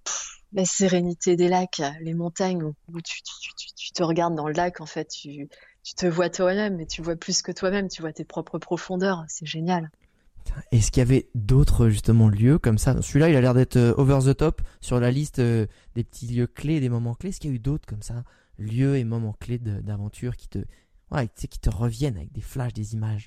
la sérénité des lacs, les montagnes où, où tu, tu, tu, tu te regardes dans le lac, en fait, tu, tu te vois toi-même, mais tu vois plus que toi-même, tu vois tes propres profondeurs, c'est génial. Est-ce qu'il y avait d'autres justement lieux comme ça? Celui-là, il a l'air d'être euh, over the top sur la liste euh, des petits lieux clés, des moments clés. Est-ce qu'il y a eu d'autres comme ça, lieux et moments clés de- d'aventure qui te, ouais, tu sais, qui te reviennent avec des flashs, des images?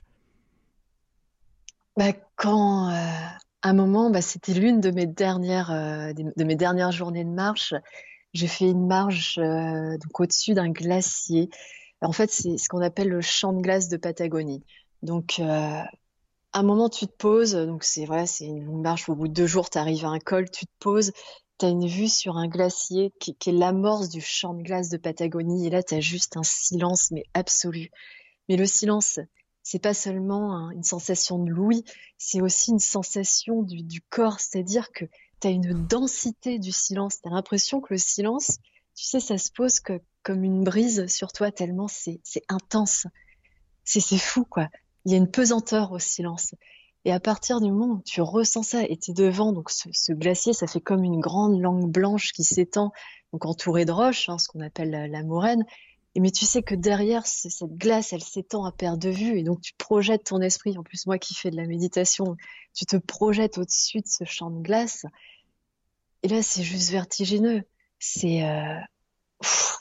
Bah, quand, euh, à un moment, bah, c'était l'une de mes dernières, euh, des- de mes dernières journées de marche, j'ai fait une marche euh, donc au-dessus d'un glacier. En fait, c'est ce qu'on appelle le champ de glace de Patagonie. Donc, euh, à un moment, tu te poses, donc c'est voilà, c'est une longue marche. Au bout de deux jours, tu arrives à un col, tu te poses, tu as une vue sur un glacier qui, qui est l'amorce du champ de glace de Patagonie. Et là, tu as juste un silence, mais absolu. Mais le silence, c'est pas seulement un- une sensation de l'ouïe, c'est aussi une sensation du, du corps. C'est-à-dire que tu as une densité du silence. Tu as l'impression que le silence, tu sais, ça se pose que, comme une brise sur toi, tellement c'est c'est intense. C'est c'est fou, quoi. Il y a une pesanteur au silence. Et à partir du moment où tu ressens ça et tu es devant, donc ce, ce glacier, ça fait comme une grande langue blanche qui s'étend, donc entourée de roches, hein, ce qu'on appelle la, la moraine. Et mais tu sais que derrière ce- cette glace, elle s'étend à perte de vue, et donc tu projettes ton esprit. En plus, moi qui fais de la méditation, tu te projettes au-dessus de ce champ de glace. Et là, c'est juste vertigineux. C'est euh, pff,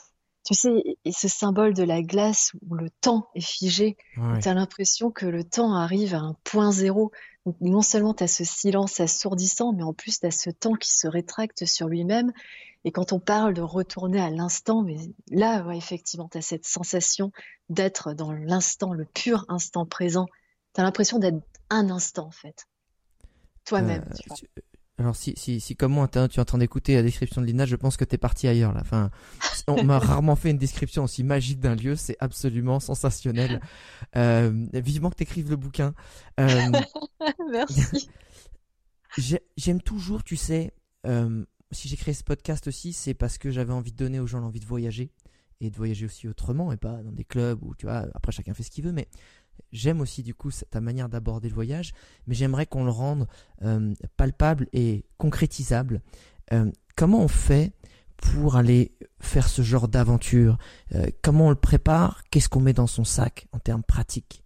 tu sais, et ce symbole de la glace où le temps est figé, Ouais. tu as l'impression que le temps arrive à un point zéro. Donc, non seulement tu as ce silence assourdissant, mais en plus tu as ce temps qui se rétracte sur lui-même. Et quand on parle de retourner à l'instant, mais là, ouais, effectivement, tu as cette sensation d'être dans l'instant, le pur instant présent. Tu as l'impression d'être un instant, en fait. Toi-même, Euh, tu vois. tu- alors si, si, si comme moi t'es- tu es en train d'écouter la description de Lina, je pense que t'es parti ailleurs là. Enfin, on m'a rarement fait une description aussi magique d'un lieu, c'est absolument sensationnel. Euh, vivement que t'écrives le bouquin. Euh, Merci. j'ai- j'aime toujours, tu sais, euh, si j'ai créé ce podcast aussi, c'est parce que j'avais envie de donner aux gens l'envie de voyager et de voyager aussi autrement et pas dans des clubs où tu vois, après chacun fait ce qu'il veut, mais j'aime aussi du coup ta manière d'aborder le voyage, mais j'aimerais qu'on le rende euh, palpable et concrétisable. Euh, comment on fait pour aller faire ce genre d'aventure? Euh, comment on le prépare? Qu'est-ce qu'on met dans son sac en termes pratiques?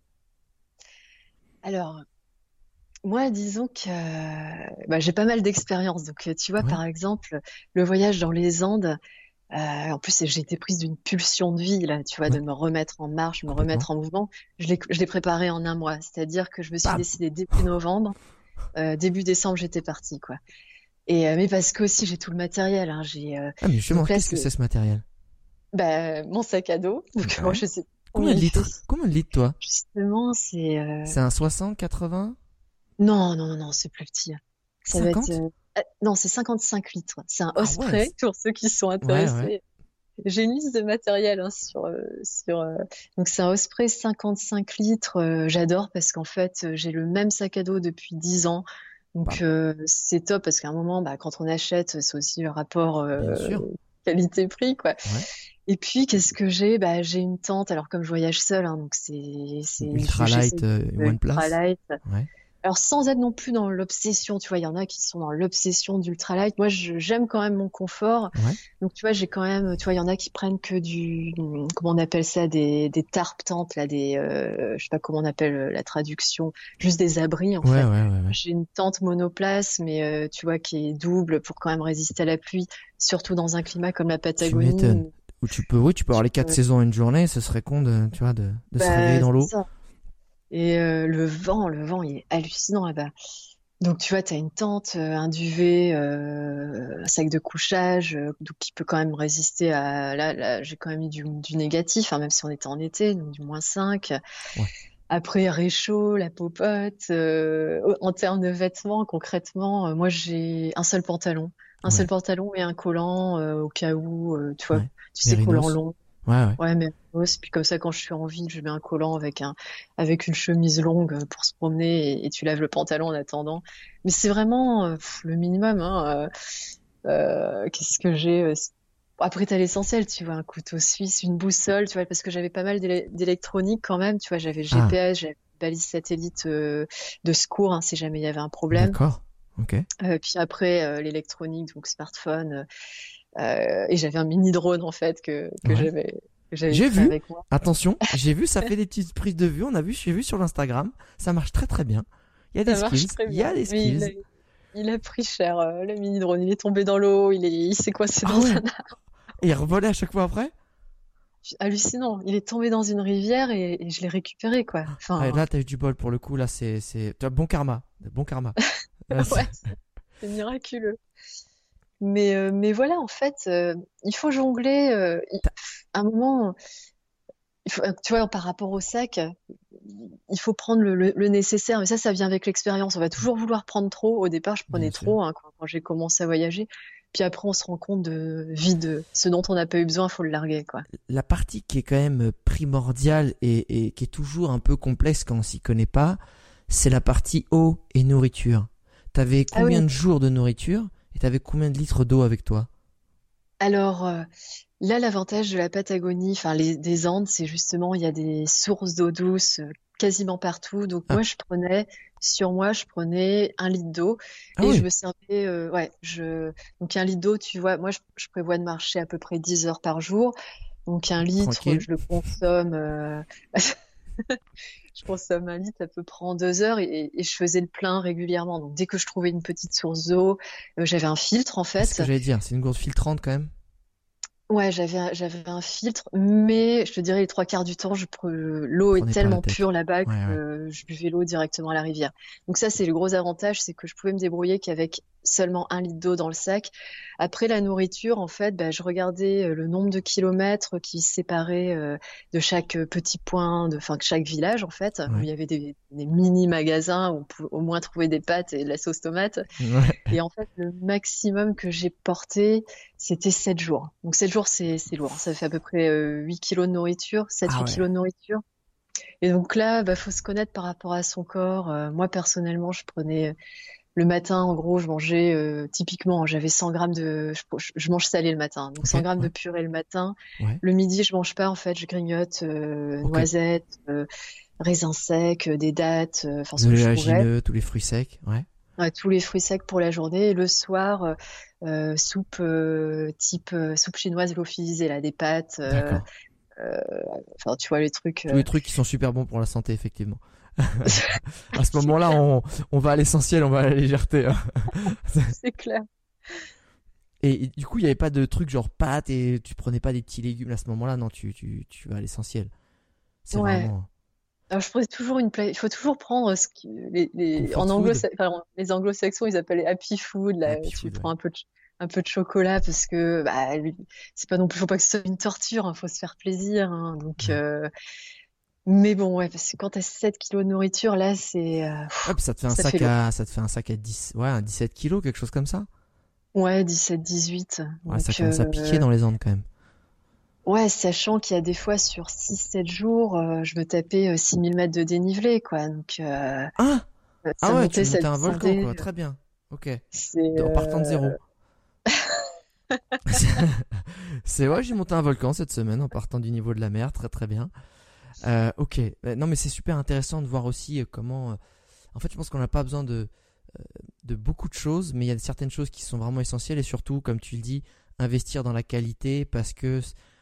Alors, moi, disons que euh, bah, j'ai pas mal d'expérience. Donc, euh, tu vois, Ouais, par exemple, le voyage dans les Andes, euh, en plus, j'ai été prise d'une pulsion de vie, là, tu vois, de ouais, me remettre en marche, me complètement. remettre en mouvement. Je l'ai, je l'ai préparé en un mois. C'est-à-dire que je me suis Bam! décidée début novembre, euh, début décembre, j'étais partie, quoi. Et, euh, mais parce que aussi, j'ai tout le matériel, hein. J'ai, euh, Ah mais justement, donc là, qu'est-ce que c'est, c'est ce matériel? bah, mon sac à dos. Donc, moi, Ouais. je sais pas combien Combien de il fait. litres? Combien de litres toi? Justement, c'est, euh, C'est un soixante, quatre-vingts, non, non, non, c'est plus petit. Ça va être, cinquante? euh, euh, non, c'est cinquante-cinq litres. C'est un Ah ouais, Osprey c'est- pour ceux qui sont ouais, ouais, intéressés. J'ai une liste de matériel hein, sur euh, sur. euh, Donc c'est un Osprey cinquante-cinq litres. euh, J'adore parce qu'en fait euh, j'ai le même sac à dos depuis dix ans. Donc bam, euh, c'est top parce qu'à un moment, bah, quand on achète, c'est aussi le rapport bien euh, sûr. qualité-prix, quoi. Ouais. Et puis qu'est-ce que j'ai? Bah j'ai une tente. Alors comme je voyage seule, hein, donc c'est c'est je- j'essaie Ultralight, euh, de One ultra Place. light. Ouais. Alors sans être non plus dans l'obsession, tu vois, il y en a qui sont dans l'obsession d'ultralight. Moi, je- j'aime quand même mon confort. Ouais. Donc tu vois, j'ai quand même, tu vois, il y en a qui prennent que du, comment on appelle ça, des des tarp tentes là, des, euh, je sais pas comment on appelle euh, la traduction, juste des abris en Ouais, fait. ouais, ouais, ouais. J'ai une tente monoplace, mais euh, tu vois, qui est double pour quand même résister à la pluie, surtout dans un climat comme la Tu Patagonie. m'étonnes. Où Où tu peux, oui, tu peux avoir tu les quatre peux- saisons en une journée, ce serait con de, tu vois, de, de se réveiller Bah, dans c'est l'eau. ça. Et euh, le vent, le vent, il est hallucinant là-bas. Donc tu vois, tu as une tente, euh, un duvet, euh, un sac de couchage, euh, donc qui peut quand même résister à... Là, là j'ai quand même mis du, du négatif, hein, même si on était en été, donc du moins cinq. Ouais. Après, réchaud, la popote. euh, En termes de vêtements, concrètement, euh, moi j'ai un seul pantalon. Un seul Ouais. pantalon et un collant euh, au cas où, euh, tu vois, Ouais. tu sais, collant Mérinos. long. Ouais, ouais. Ouais, mais puis comme ça, quand je suis en ville, je mets un collant avec un, avec une chemise longue euh, pour se promener et, et tu laves le pantalon en attendant. Mais c'est vraiment euh, pff, le minimum, hein. Euh, euh, qu'est-ce que j'ai? euh, c'est- Après, t'as l'essentiel, tu vois, un couteau suisse, une boussole, tu vois, parce que j'avais pas mal d'élé- d'électronique quand même, tu vois, j'avais Ah, G P S, j'avais une balise satellite euh, de secours, hein, si jamais il y avait un problème. d'accord. Ok. Euh, puis après, euh, l'électronique, donc smartphone, euh, et j'avais un mini drone en fait que que Ouais. j'avais que j'avais J'ai pris vu. avec moi. Attention, j'ai vu, ça fait des petites prises de vue. On a vu, j'ai vu sur l'Instagram. Ça marche très très bien. Il y a des Ça marche skills. très Il y a bien. des Mais il a, skills. il a pris cher, euh, le mini drone. Il est tombé dans l'eau, il est, il s'est coincé Ah dans ouais. un arbre. Et il revolait à chaque fois après. Hallucinant. Il est tombé dans une rivière et, et je l'ai récupéré, quoi. Ouais, Enfin, là, t'as eu du bol pour le coup. Là, c'est, c'est, tu as bon karma. Bon karma. Là, c'est- ouais, c'est c'est miraculeux. Mais, euh, mais voilà, en fait, euh, il faut jongler. Euh, il- à un moment, il faut, tu vois, par rapport au sac, il faut prendre le, le- le nécessaire. Mais ça, ça vient avec l'expérience. On va toujours vouloir prendre trop. Au départ, je prenais Bien sûr. trop hein, quand, quand j'ai commencé à voyager. Puis après, on se rend compte de vide. Ce dont on n'a pas eu besoin, faut le larguer, quoi. La partie qui est quand même primordiale et, et qui est toujours un peu complexe quand on s'y connaît pas, c'est la partie eau et nourriture. T'avais Ah combien oui. de jours de nourriture et t'avais combien de litres d'eau avec toi? Alors euh, là, l'avantage de la Patagonie, enfin les des Andes, c'est justement il y a des sources d'eau douce euh, quasiment partout. Donc Ah, moi, je prenais sur moi, je prenais un litre d'eau ah et je oui, me servais, euh, ouais, je donc un litre d'eau, tu vois, moi je, je prévois de marcher à peu près dix heures par jour. Donc un litre, tranquille. je le consomme, euh, je consomme un litre à peu près en deux heures et, et je faisais le plein régulièrement. Donc dès que je trouvais une petite source d'eau, euh, j'avais un filtre en Ah, c'est ce que fait. j'allais dire. C'est une gourde filtrante quand même. Ouais, j'avais un, j'avais un filtre, mais je te dirais les trois quarts du temps, je pre- l'eau est Prenez pas la tellement tête. pure là-bas Ouais, ouais. que je buvais l'eau directement à la rivière. Donc ça, c'est le gros avantage, c'est que je pouvais me débrouiller qu'avec seulement un litre d'eau dans le sac. Après la nourriture, en fait, bah, je regardais euh, le nombre de kilomètres qui séparaient euh, de chaque euh, petit point, de, enfin, de chaque village, en fait, où Ouais. il y avait des, des mini magasins où on pouvait au moins trouver des pâtes et de la sauce tomate. Ouais. Et en fait, le maximum que j'ai porté, c'était sept jours. Donc sept jours, c'est c'est lourd. Ça fait à peu près euh, huit kilos de nourriture, sept Ah huit ouais. kilos de nourriture. Et donc là, bah, faut se connaître par rapport à son corps. Euh, moi, personnellement, je prenais euh, le matin, en gros, je mangeais euh, typiquement, j'avais cent grammes de, je, je mange salé le matin, donc Ok. cent grammes de Ouais. purée le matin. Ouais. Le midi, je mange pas en fait, je grignote euh, Ok. noisettes, euh, raisins secs, euh, des dattes, euh, enfin ce que je pourrais. Oléagineux, tous les fruits secs. Ouais. Ouais, tous les fruits secs pour la journée. Et le soir, euh, euh, soupe euh, type euh, soupe chinoise lyophilisée, là, des pâtes. Euh, D'accord. euh, enfin, tu vois les trucs. Tous les euh, trucs qui sont super bons pour la santé, effectivement. À ce moment-là, on, on va à l'essentiel, on va à la légèreté, hein. C'est clair. Et, et du coup, il n'y avait pas de trucs genre pâtes et tu prenais pas des petits légumes à ce moment-là. Non, tu, tu, tu vas à l'essentiel. C'est Ouais. vraiment Alors, je prenais toujours une pla... Il faut toujours prendre ce qui... les, les... comfort en anglo, food. enfin, les anglo-saxons, ils appellent les happy food. Là, Happy tu food, prends ouais. un peu de un peu de chocolat parce que bah, lui- c'est pas non plus, faut pas que ce soit une torture. Hein, faut se faire plaisir. Hein, donc, Ouais. euh... mais bon, ouais, parce que quand t'as sept kilos de nourriture, là, c'est euh, Ouais, puis ça te fait un ça fait sac lourd. à, ça te fait un sac à dix, ouais, un dix-sept kilos, quelque chose comme ça. Ouais, dix-sept, dix-huit. Ouais, ça Donc, commence à piquer euh, dans les Andes quand même. ouais, sachant qu'il y a des fois sur six sept jours, euh, je me tapais euh, six mille mètres de dénivelé, quoi. Donc, euh, Ah! Ah ça ouais, tu montait, ça montais un volcan, quoi. descendait. Très bien. Ok. C'est, En partant de euh, zéro. C'est ouais, j'ai monté un volcan cette semaine en partant du niveau de la mer. Très très bien. Euh, ok. Euh, Non, mais c'est super intéressant de voir aussi euh, comment. euh, En fait, je pense qu'on n'a pas besoin de, euh, de beaucoup de choses, mais il y a certaines choses qui sont vraiment essentielles et surtout, comme tu le dis, investir dans la qualité parce que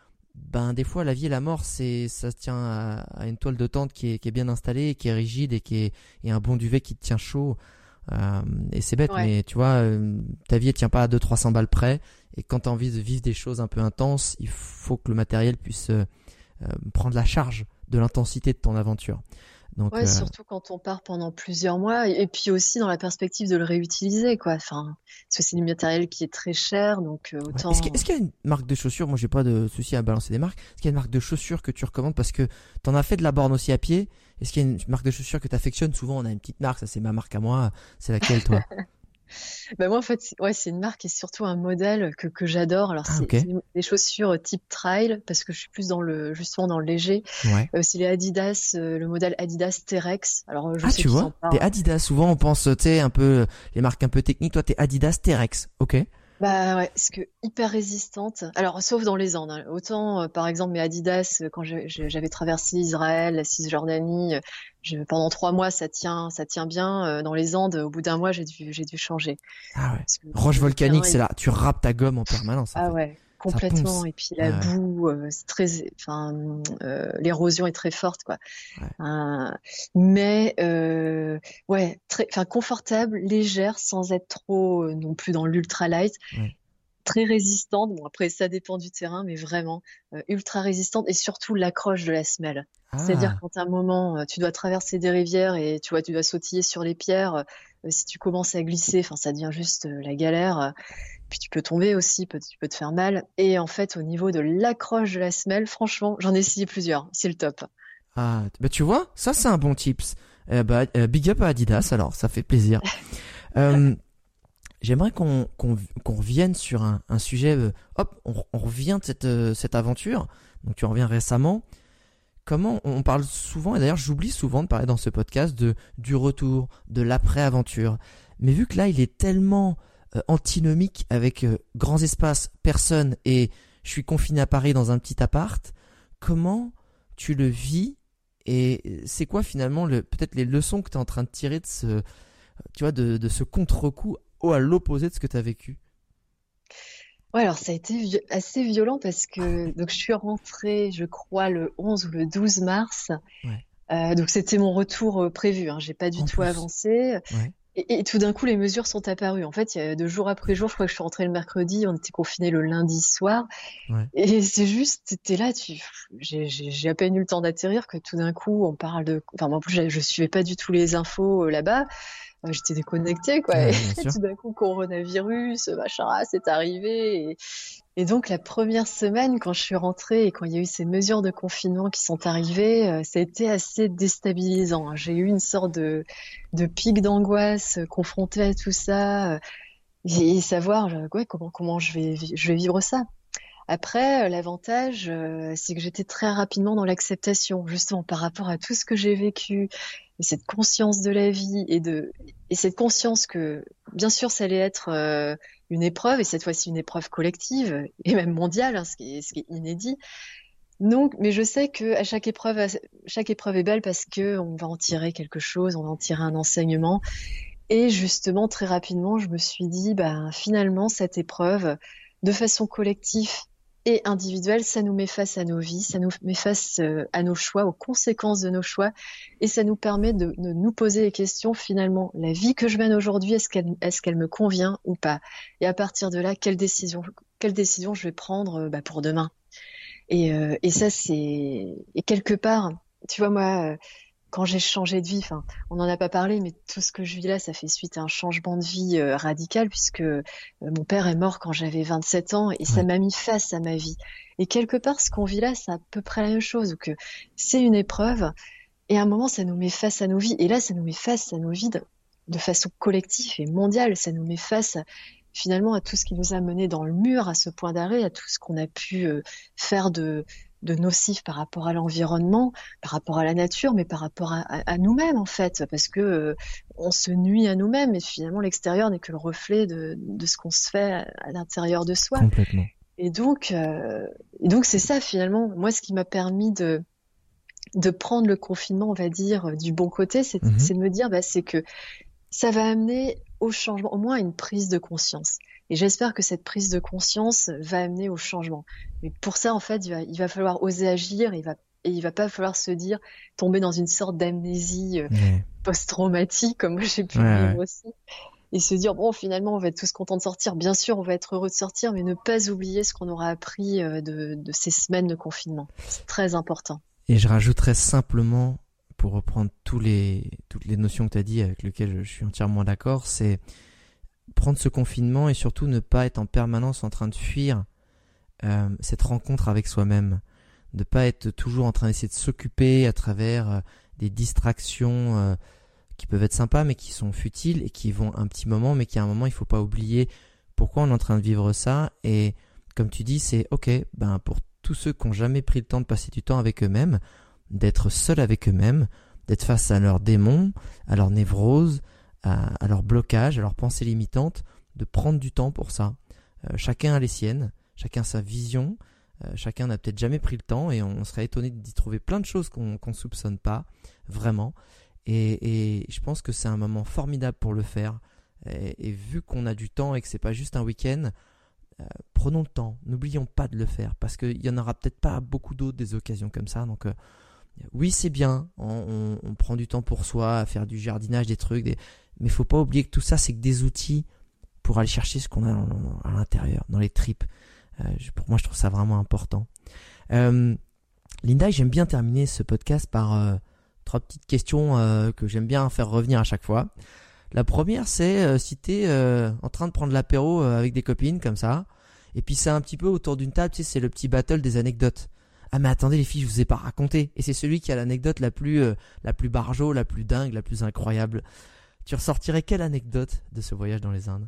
ben des fois la vie et la mort c'est ça se tient à, à une toile de tente qui est, qui est bien installée, qui est rigide et qui est et un bon duvet qui te tient chaud. Euh, et c'est bête, ouais. mais tu vois, euh, ta vie elle tient pas à deux trois cents balles près. Et quand tu as envie de vivre des choses un peu intenses, il faut que le matériel puisse euh, euh, prendre la charge de l'intensité de ton aventure. Donc Ouais, euh, surtout quand on part pendant plusieurs mois, et, et puis aussi dans la perspective de le réutiliser, quoi. Enfin, parce que c'est du matériel qui est très cher, donc euh, ouais. Est-ce qu'il autant. est-ce qu'il y a une marque de chaussures? Moi, j'ai pas de souci à balancer des marques. Est-ce qu'il y a une marque de chaussures que tu recommandes parce que t'en as fait de la borne aussi à pied? Est-ce qu'il y a une marque de chaussures que tu affectionnes? Souvent, on a une petite marque, ça c'est ma marque à moi. C'est laquelle, toi? Bah moi en fait, c'est- ouais, c'est une marque et surtout un modèle que que j'adore. Alors Ah, c'est ok. c'est des chaussures type trail parce que je suis plus dans le justement dans le léger. Ouais. Euh, c'est les Adidas, euh, le modèle Adidas T-Rex. Alors euh, je Ah, sais tu qu'ils vois, en des parlent. Adidas. Souvent, on pense, tu sais, un peu les marques un peu techniques. Toi, t'es Adidas T-Rex. Ok. Bah ouais, parce que hyper résistante. Alors, sauf dans les Andes, hein. Autant, euh, par exemple, mes Adidas, euh, quand je- je- j'avais traversé Israël, la Cisjordanie, euh, je- pendant trois mois, ça tient, ça tient bien. Euh, dans les Andes, au bout d'un mois, j'ai dû, j'ai dû changer. Ah ouais. Parce que Roche le volcanique, terrain c'est est... là. Tu râpes ta gomme en permanence, en Ah fait. ouais, Ça complètement. ponce. Et puis Ouais, la ouais. boue, euh, c'est très, enfin, euh, l'érosion est très forte, quoi. Ouais. Euh, mais euh, ouais, très, enfin, confortable, légère, sans être trop euh, non plus dans l'ultra light. Ouais. Très résistante. Bon, après, ça dépend du terrain, mais vraiment euh, ultra résistante et surtout l'accroche de la semelle. C'est-à-dire Ah. quand à un moment, euh, tu dois traverser des rivières et tu vois, tu dois sautiller sur les pierres. Euh, si tu commences à glisser, enfin, ça devient juste euh, la galère. Euh, Puis tu peux tomber aussi, peut- tu peux te faire mal. Et en fait, au niveau de l'accroche de la semelle, franchement, j'en ai essayé plusieurs. C'est le top. Ah. Bah, tu vois, ça, c'est un bon tips. Euh, bah, euh, big up à Adidas, alors, ça fait plaisir. Euh, J'aimerais qu'on qu'on qu'on revienne sur un, un sujet. euh, hop, on, on revient de cette, euh, cette aventure. Donc, tu en reviens récemment. Comment on parle souvent, et d'ailleurs j'oublie souvent de parler dans ce podcast de du retour, de l'après-aventure. Mais vu que là il est tellement euh, antinomique avec euh, grands espaces, personnes et je suis confiné à Paris dans un petit appart, comment tu le vis et c'est quoi finalement le peut-être les leçons que tu es en train de tirer de ce tu vois de, de ce contre-coup au à l'opposé de ce que tu as vécu. Ouais, alors ça a été vi- assez violent parce que donc je suis rentrée, je crois, le onze ou le douze mars. Ouais. Euh, donc c'était mon retour euh, prévu. Hein. J'ai pas du En tout plus. avancé. Ouais. Et, et tout d'un coup, les mesures sont apparues. En fait, il y a deux jours après jour, je crois que je suis rentrée le mercredi, on était confinés le lundi soir. Ouais. Et c'est juste, t'es là, tu, j'ai, j'ai, j'ai à peine eu le temps d'atterrir que tout d'un coup, on parle de, enfin, moi, en plus, je, je suivais pas du tout les infos euh, là-bas. Euh, J'étais déconnectée, quoi. Ouais, Et bien sûr. tout d'un coup, coronavirus, machin, ah, c'est arrivé. Et, et donc, la première semaine, quand je suis rentrée et quand il y a eu ces mesures de confinement qui sont arrivées, euh, ça a été assez déstabilisant, hein. J'ai eu une sorte de, de pic d'angoisse euh, confrontée à tout ça, euh, et, et savoir, euh, ouais, comment, comment je vais, vi- je vais vivre ça. Après, euh, l'avantage, euh, c'est que j'étais très rapidement dans l'acceptation, justement par rapport à tout ce que j'ai vécu, et cette conscience de la vie et de et cette conscience que, bien sûr, ça allait être euh, une épreuve, et cette fois-ci une épreuve collective et même mondiale, hein, ce qui est, ce qui est inédit. Donc, mais je sais que à chaque épreuve, chaque épreuve est belle parce que on va en tirer quelque chose, on va en tirer un enseignement. Et justement, très rapidement, je me suis dit, ben, finalement, cette épreuve, de façon collective et individuelle, ça nous met face à nos vies, ça nous met face euh, à nos choix, aux conséquences de nos choix, et ça nous permet de, de nous poser les questions, finalement, la vie que je mène aujourd'hui, est-ce qu'elle, est-ce qu'elle me convient ou pas? Et à partir de là, quelle décision, quelle décision je vais prendre euh, bah, pour demain? Et, euh, et ça, c'est... Et quelque part, tu vois, moi... euh, quand j'ai changé de vie, enfin, on n'en a pas parlé, mais tout ce que je vis là, ça fait suite à un changement de vie euh, radical, puisque euh, mon père est mort quand j'avais vingt-sept ans, et ça Ouais. m'a mis face à ma vie. Et quelque part, ce qu'on vit là, c'est à peu près la même chose, que c'est une épreuve, et à un moment, ça nous met face à nos vies. Et là, ça nous met face à nos vies de, de façon collective et mondiale. Ça nous met face à, finalement à tout ce qui nous a menés dans le mur, à ce point d'arrêt, à tout ce qu'on a pu euh, faire de de nocif par rapport à l'environnement, par rapport à la nature, mais par rapport à, à, à nous-mêmes en fait, parce que euh, on se nuit à nous-mêmes, et finalement l'extérieur n'est que le reflet de, de ce qu'on se fait à, à l'intérieur de soi. Complètement. Et donc, euh, et donc c'est ça finalement, moi ce qui m'a permis de de prendre le confinement, on va dire, du bon côté, c'est, Mhm. c'est de me dire, bah, c'est que ça va amener au changement, au moins à une prise de conscience. Et j'espère que cette prise de conscience va amener au changement. Mais pour ça, en fait, il va, il va falloir oser agir, il va, et il va pas falloir se dire, tomber dans une sorte d'amnésie euh, Ouais. post-traumatique, comme moi j'ai pu Ouais, le vivre ouais. aussi. Et se dire, bon, finalement, on va être tous contents de sortir. Bien sûr, on va être heureux de sortir, mais ne pas oublier ce qu'on aura appris euh, de, de ces semaines de confinement. C'est très important. Et je rajouterais simplement, pour reprendre tous les, toutes les notions que tu as dit, avec lesquelles je suis entièrement d'accord, c'est prendre ce confinement et surtout ne pas être en permanence en train de fuir euh, cette rencontre avec soi-même. De pas être toujours en train d'essayer de s'occuper à travers euh, des distractions euh, qui peuvent être sympas mais qui sont futiles et qui vont un petit moment, mais qu'à un moment il faut pas oublier pourquoi on est en train de vivre ça. Et comme tu dis, c'est ok, ben pour tous ceux qui n'ont jamais pris le temps de passer du temps avec eux-mêmes, d'être seuls avec eux-mêmes, d'être face à leurs démons, à leurs névroses, à, à leurs blocages, à leurs pensées limitantes, de prendre du temps pour ça. Euh, chacun a les siennes, chacun sa vision, euh, chacun n'a peut-être jamais pris le temps et on, on serait étonné d'y trouver plein de choses qu'on ne soupçonne pas, vraiment. Et, et je pense que c'est un moment formidable pour le faire. Et, et vu qu'on a du temps et que c'est pas juste un week-end, euh, prenons le temps, n'oublions pas de le faire parce qu'il y en aura peut-être pas beaucoup d'autres des occasions comme ça. Donc euh, oui, c'est bien, on, on, on prend du temps pour soi, à faire du jardinage, des trucs, des... mais faut pas oublier que tout ça c'est que des outils pour aller chercher ce qu'on a dans, dans, à l'intérieur, dans les tripes. Euh, je, pour moi, je trouve ça vraiment important. Euh, Linda, j'aime bien terminer ce podcast par euh, trois petites questions euh, que j'aime bien faire revenir à chaque fois. La première, c'est euh, si tu es euh, en train de prendre l'apéro euh, avec des copines comme ça, et puis c'est un petit peu autour d'une table, tu sais, c'est le petit battle des anecdotes. Ah mais attendez les filles, je vous ai pas raconté. Et c'est celui qui a l'anecdote la plus euh, la plus barjo, la plus dingue, la plus incroyable. Tu ressortirais quelle anecdote de ce voyage dans les Indes?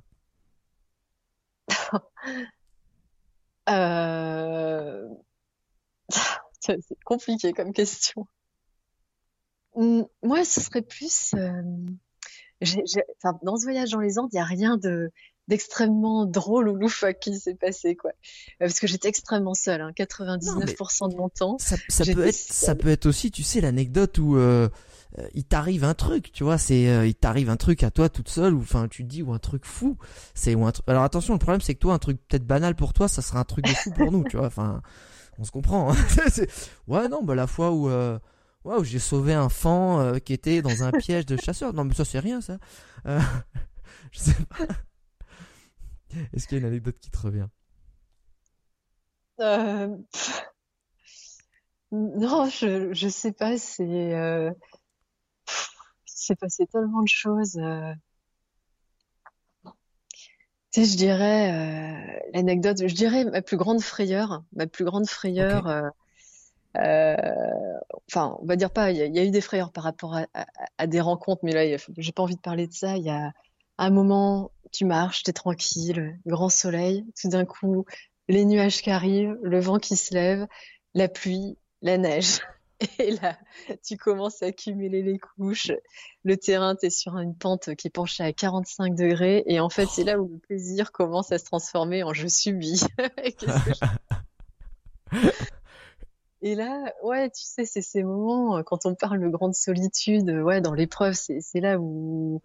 Euh... C'est compliqué comme question. Hum, Moi, ce serait plus... euh, j'ai- j'ai- enfin, dans ce voyage dans les Andes, il n'y a rien de d'extrêmement drôle ou loufoque qui s'est passé, quoi. Euh, Parce que j'étais extrêmement seule, hein, Non mais quatre-vingt-dix-neuf pour cent de mon temps, ça, ça peut j'étais être ça seule. peut être aussi, tu sais, l'anecdote où euh, euh, il t'arrive un truc, tu vois, c'est euh, il t'arrive un truc à toi toute seule ou enfin tu te dis ou un truc fou, c'est ou un truc. Alors attention, le problème c'est que toi un truc peut-être banal pour toi, ça sera un truc de fou pour nous, tu vois, enfin on se comprend. Hein. C'est- ouais non, bah la fois où euh, Waouh, j'ai sauvé un fan euh, qui était dans un piège de chasseurs. Non, mais ça, c'est rien, ça. Euh, je sais pas. Est-ce qu'il y a une anecdote qui te revient? Euh, non, je je sais pas. C'est euh, il s'est passé tellement de choses. euh. Tu sais, je dirais euh, l'anecdote. Je dirais ma plus grande frayeur. Ma plus grande Ok. frayeur. euh, euh, Enfin, on va dire pas. Il y, a il y a eu des frayeurs par rapport à, à- à des rencontres, mais là, il y a- j'ai pas envie de parler de ça. Il y a un moment, tu marches, t'es tranquille, grand soleil. Tout d'un coup, les nuages qui arrivent, le vent qui se lève, la pluie, la neige. Et là, tu commences à accumuler les couches. Le terrain, t'es sur une pente qui est penchée à quarante-cinq degrés. Et en fait, c'est là où le plaisir commence à se transformer en je subis. Qu'est-ce que je- Et là, ouais, tu sais, c'est ces moments, euh, quand on parle de grande solitude, euh, ouais, dans l'épreuve, c'est, c'est là où,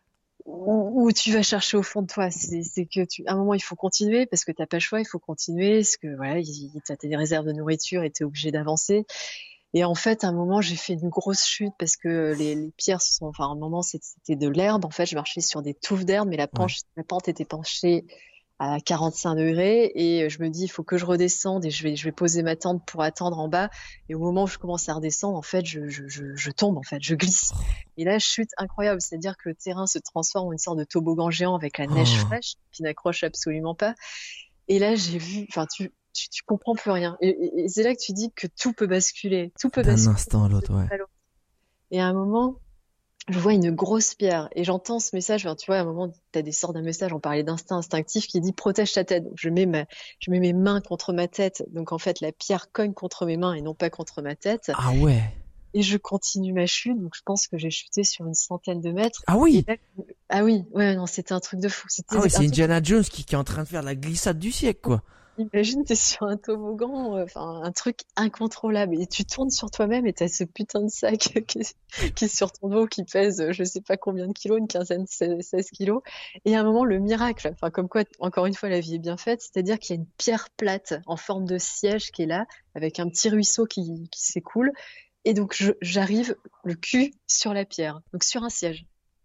où, où tu vas chercher au fond de toi. C'est, c'est que tu, à un moment, il faut continuer parce que t'as pas le choix, il faut continuer, parce que, voilà, il- t'as tes réserves de nourriture et t'es obligé d'avancer. Et en fait, à un moment, j'ai fait une grosse chute parce que les, les pierres se sont, enfin, à un moment, c'était c'était de l'herbe. En fait, je marchais sur des touffes d'herbe, mais la Ouais. penche, la pente était penchée à quarante-cinq degrés. Et je me dis, il faut que je redescende et je vais, je vais poser ma tente pour attendre en bas. Et au moment où je commence à redescendre, en fait, je, je, je, je tombe, en fait, je glisse. Et là, chute incroyable. C'est-à-dire que le terrain se transforme en une sorte de toboggan géant avec la neige Oh, fraîche qui n'accroche absolument pas. Et là, j'ai vu, enfin, tu, tu, tu comprends plus rien. Et, et- et c'est là que tu dis que tout peut basculer. Tout peut d'un basculer. instant à l'autre, ouais. Et à un moment, je vois une grosse pierre et j'entends ce message. Enfin, tu vois, à un moment, tu as des sortes d'un message. On parlait d'instinct instinctif qui dit protège ta tête. Donc, je mets ma, je mets mes mains contre ma tête. Donc, en fait, la pierre cogne contre mes mains et non pas contre ma tête. Ah ouais. Et je continue ma chute. Donc, je pense que j'ai chuté sur une centaine de mètres. Ah Et oui. là, ah oui, ouais, non, c'était un truc de fou. Ah oui, C'était un c'est truc. Indiana Jones qui, qui est en train de faire la glissade du siècle, quoi. Imagine, t'es sur un toboggan, euh, enfin un truc incontrôlable, et tu tournes sur toi-même et t'as ce putain de sac qui est, qui est sur ton dos, qui pèse euh, je sais pas combien de kilos, une quinzaine, seize seize kilos. Et à un moment, le miracle, enfin comme quoi, encore une fois, la vie est bien faite, c'est-à-dire qu'il y a une pierre plate en forme de siège qui est là, avec un petit ruisseau qui, qui s'écoule. Et donc je- j'arrive le cul sur la pierre, donc sur un siège.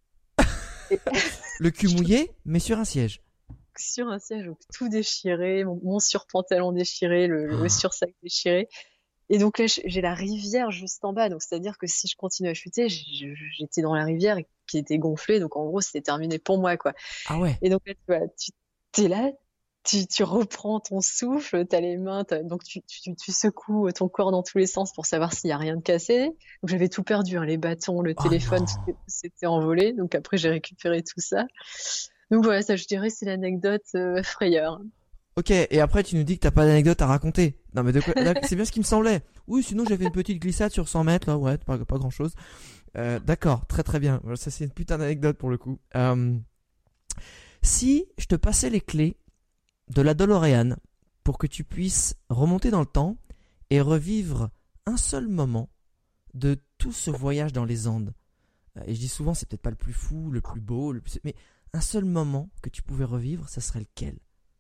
Et Le cul mouillé, mais sur un siège. sur un siège, donc tout déchiré, mon, mon surpantalon déchiré, le, le Ah. sursac déchiré. Et donc là, j'ai la rivière juste en bas. Donc, c'est-à-dire que si je continue à chuter, j'étais dans la rivière qui était gonflée. Donc, en gros, c'était terminé pour moi, quoi. Ah ouais. Et donc là, tu vois, tu t'es là, tu, tu reprends ton souffle, t'as les mains, t'as- donc tu, tu, tu secoues ton corps dans tous les sens pour savoir s'il y a rien de cassé. Donc, j'avais tout perdu, hein, les bâtons, le Oh téléphone, non. tout s'était envolé. Donc, après, j'ai récupéré tout ça. Donc, voilà, ça, je dirais, c'est l'anecdote euh, frayeur. Ok, et après tu nous dis que t'as pas d'anecdote à raconter. Non mais de quoi d'accord, c'est bien ce qui me semblait. Oui, sinon j'avais une petite glissade sur cent mètres là, ouais, pas, pas grand chose. Euh, d'accord, très très bien. Ça c'est une putain d'anecdote pour le coup. Euh, si je te passais les clés de la DeLorean pour que tu puisses remonter dans le temps et revivre un seul moment de tout ce voyage dans les Andes. Euh, Et je dis souvent c'est peut-être pas le plus fou, le plus beau, le plus... mais un seul moment que tu pouvais revivre, ça serait lequel?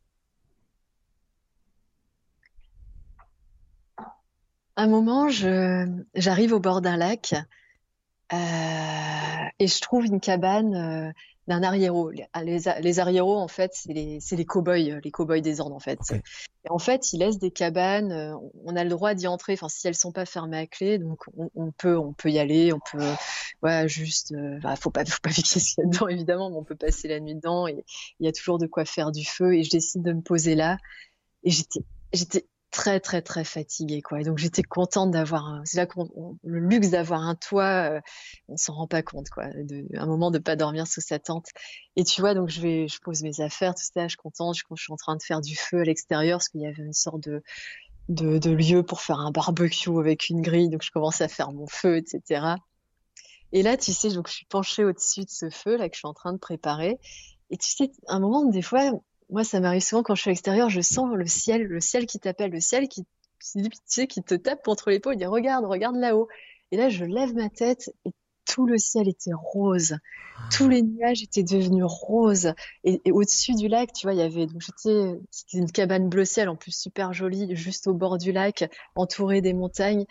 Un moment, je, j'arrive au bord d'un lac. Euh, et je trouve une cabane euh, d'un arriero. Les, les, les arrieros, en fait, c'est les, c'est les cow-boys, les cow-boys des Andes, en fait. Ok. Et en fait, ils laissent des cabanes. euh, On a le droit d'y entrer. Enfin, si elles sont pas fermées à clé, donc on, on peut, on peut y aller. On peut, ouais, juste, euh, bah, faut pas, faut pas vérifier ce qu'il y a dedans, évidemment, mais on peut passer la nuit dedans. Et il y a toujours de quoi faire du feu. Et je décide de me poser là. Et j'étais, j'étais très très très fatiguée, quoi. Et donc j'étais contente d'avoir un, c'est là qu'on, on- le luxe d'avoir un toit, euh, on s'en rend pas compte, quoi, de, un moment de pas dormir sous sa tente. Et tu vois, donc je vais, je pose mes affaires, tout ça, je suis contente, je, je suis en train de faire du feu à l'extérieur parce qu'il y avait une sorte de, de, de lieu pour faire un barbecue avec une grille, donc je commence à faire mon feu, et cetera. Et là, tu sais, donc je suis penchée au-dessus de ce feu là que je suis en train de préparer. Et tu sais, un moment, des fois, moi, ça m'arrive souvent quand je suis à l'extérieur, je sens le ciel, le ciel qui t'appelle, le ciel qui, qui, tu sais, qui te tape contre l'épaule et dit regarde, regarde là-haut. Et là, je lève ma tête et tout le ciel était rose. Tous les nuages étaient devenus roses. Et, et au-dessus du lac, tu vois, il y avait, donc j'étais, c'était une cabane bleu ciel, en plus super jolie, juste au bord du lac, entourée des montagnes.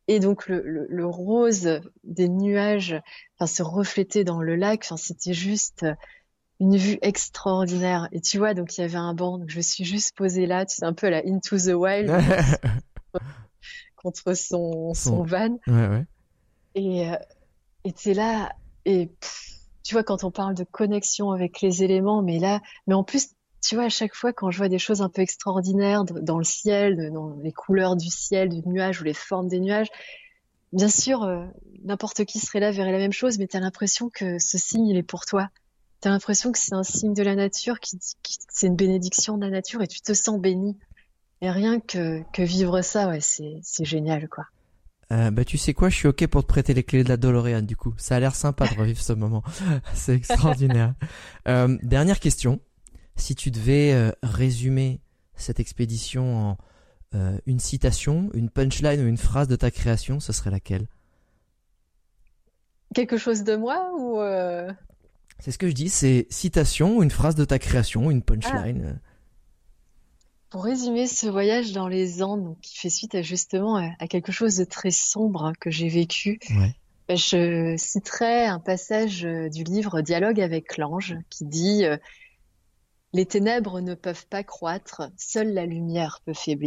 et donc le, le, le rose des nuages, enfin, se reflétait dans le lac. Enfin, c'était juste une vue extraordinaire. Et tu vois, donc il y avait un banc. Donc je me suis juste posée là, tu sais, un peu à la Into the Wild contre son, son, son van. Ouais, ouais. Et, euh, et t'es là, et pff, tu vois, quand on parle de connexion avec les éléments, mais là, mais en plus, tu vois, à chaque fois, quand je vois des choses un peu extraordinaires dans le ciel, dans les couleurs du ciel, du nuage ou les formes des nuages, bien sûr, euh, n'importe qui serait là, verrait la même chose, mais t'as l'impression que ce signe, il est pour toi. T'as l'impression que c'est un signe de la nature, qui, qui, c'est une bénédiction de la nature, et tu te sens béni. Et rien que, que vivre ça, ouais, c'est, c'est génial, quoi. Euh, bah tu sais quoi, je suis ok pour te prêter les clés de la DeLorean du coup. Ça a l'air sympa de revivre ce moment. C'est extraordinaire. euh, dernière question. Si tu devais euh, résumer cette expédition en euh, une citation, une punchline ou une phrase de ta création, ce serait laquelle? Quelque chose de moi ou euh... C'est ce que je dis, c'est citation ou une phrase de ta création, une punchline. Ah. Pour résumer ce voyage dans les Andes, donc, qui fait suite à, justement à, à quelque chose de très sombre hein, que j'ai vécu, ouais. ben, je citerai un passage euh, du livre Dialogue avec l'ange qui dit euh, « Les ténèbres ne peuvent pas croître, seule la lumière peut faiblir. »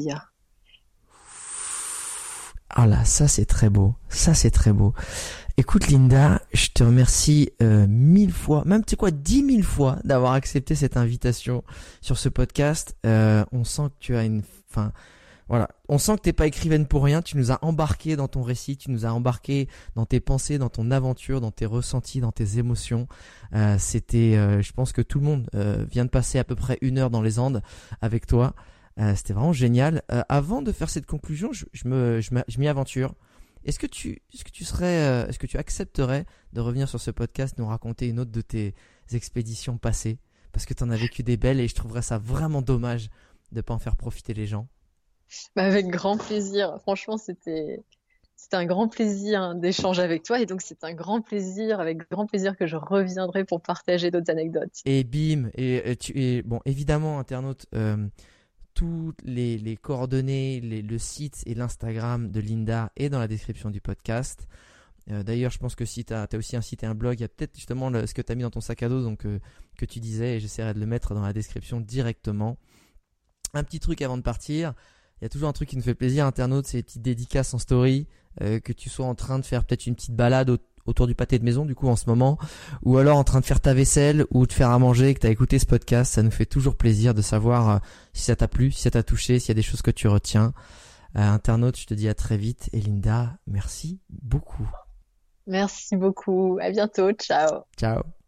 Ah là, ça c'est très beau, ça c'est très beau. Écoute Linda, je te remercie euh, mille fois, même tu sais quoi, dix mille fois d'avoir accepté cette invitation sur ce podcast. Euh, on sent que tu as une, enfin, voilà, on sent que t'es pas écrivaine pour rien. Tu nous as embarqué dans ton récit, tu nous as embarqué dans tes pensées, dans ton aventure, dans tes ressentis, dans tes émotions. Euh, c'était, euh, je pense que tout le monde euh, vient de passer à peu près une heure dans les Andes avec toi. Euh, c'était vraiment génial. Euh, avant de faire cette conclusion, je, je me, je, je m'y aventure. Est-ce que tu, est-ce que tu serais, euh, est-ce que tu accepterais de revenir sur ce podcast, nous raconter une autre de tes expéditions passées, parce que tu en as vécu des belles et je trouverais ça vraiment dommage de pas en faire profiter les gens. Bah avec grand plaisir. Franchement, c'était, c'était un grand plaisir hein, d'échanger avec toi et donc c'est un grand plaisir, avec grand plaisir que je reviendrai pour partager d'autres anecdotes. Et bim, et, et tu, et bon, évidemment, internaute. Euh, Toutes les, les coordonnées, les, le site et l'Instagram de Linda est dans la description du podcast. Euh, d'ailleurs, je pense que si tu as aussi un site et un blog, il y a peut-être justement le, ce que tu as mis dans ton sac à dos donc, euh, que tu disais et j'essaierai de le mettre dans la description directement. Un petit truc avant de partir, il y a toujours un truc qui nous fait plaisir, internaute, c'est les petites dédicaces en story, euh, que tu sois en train de faire peut-être une petite balade au autour du pâté de maison du coup en ce moment, ou alors en train de faire ta vaisselle ou de faire à manger, que tu as écouté ce podcast. Ça nous fait toujours plaisir de savoir euh, si ça t'a plu, si ça t'a touché, s'il y a des choses que tu retiens. Euh, internaute, je te dis à très vite. Et Linda, merci beaucoup. Merci beaucoup, à bientôt, ciao. Ciao.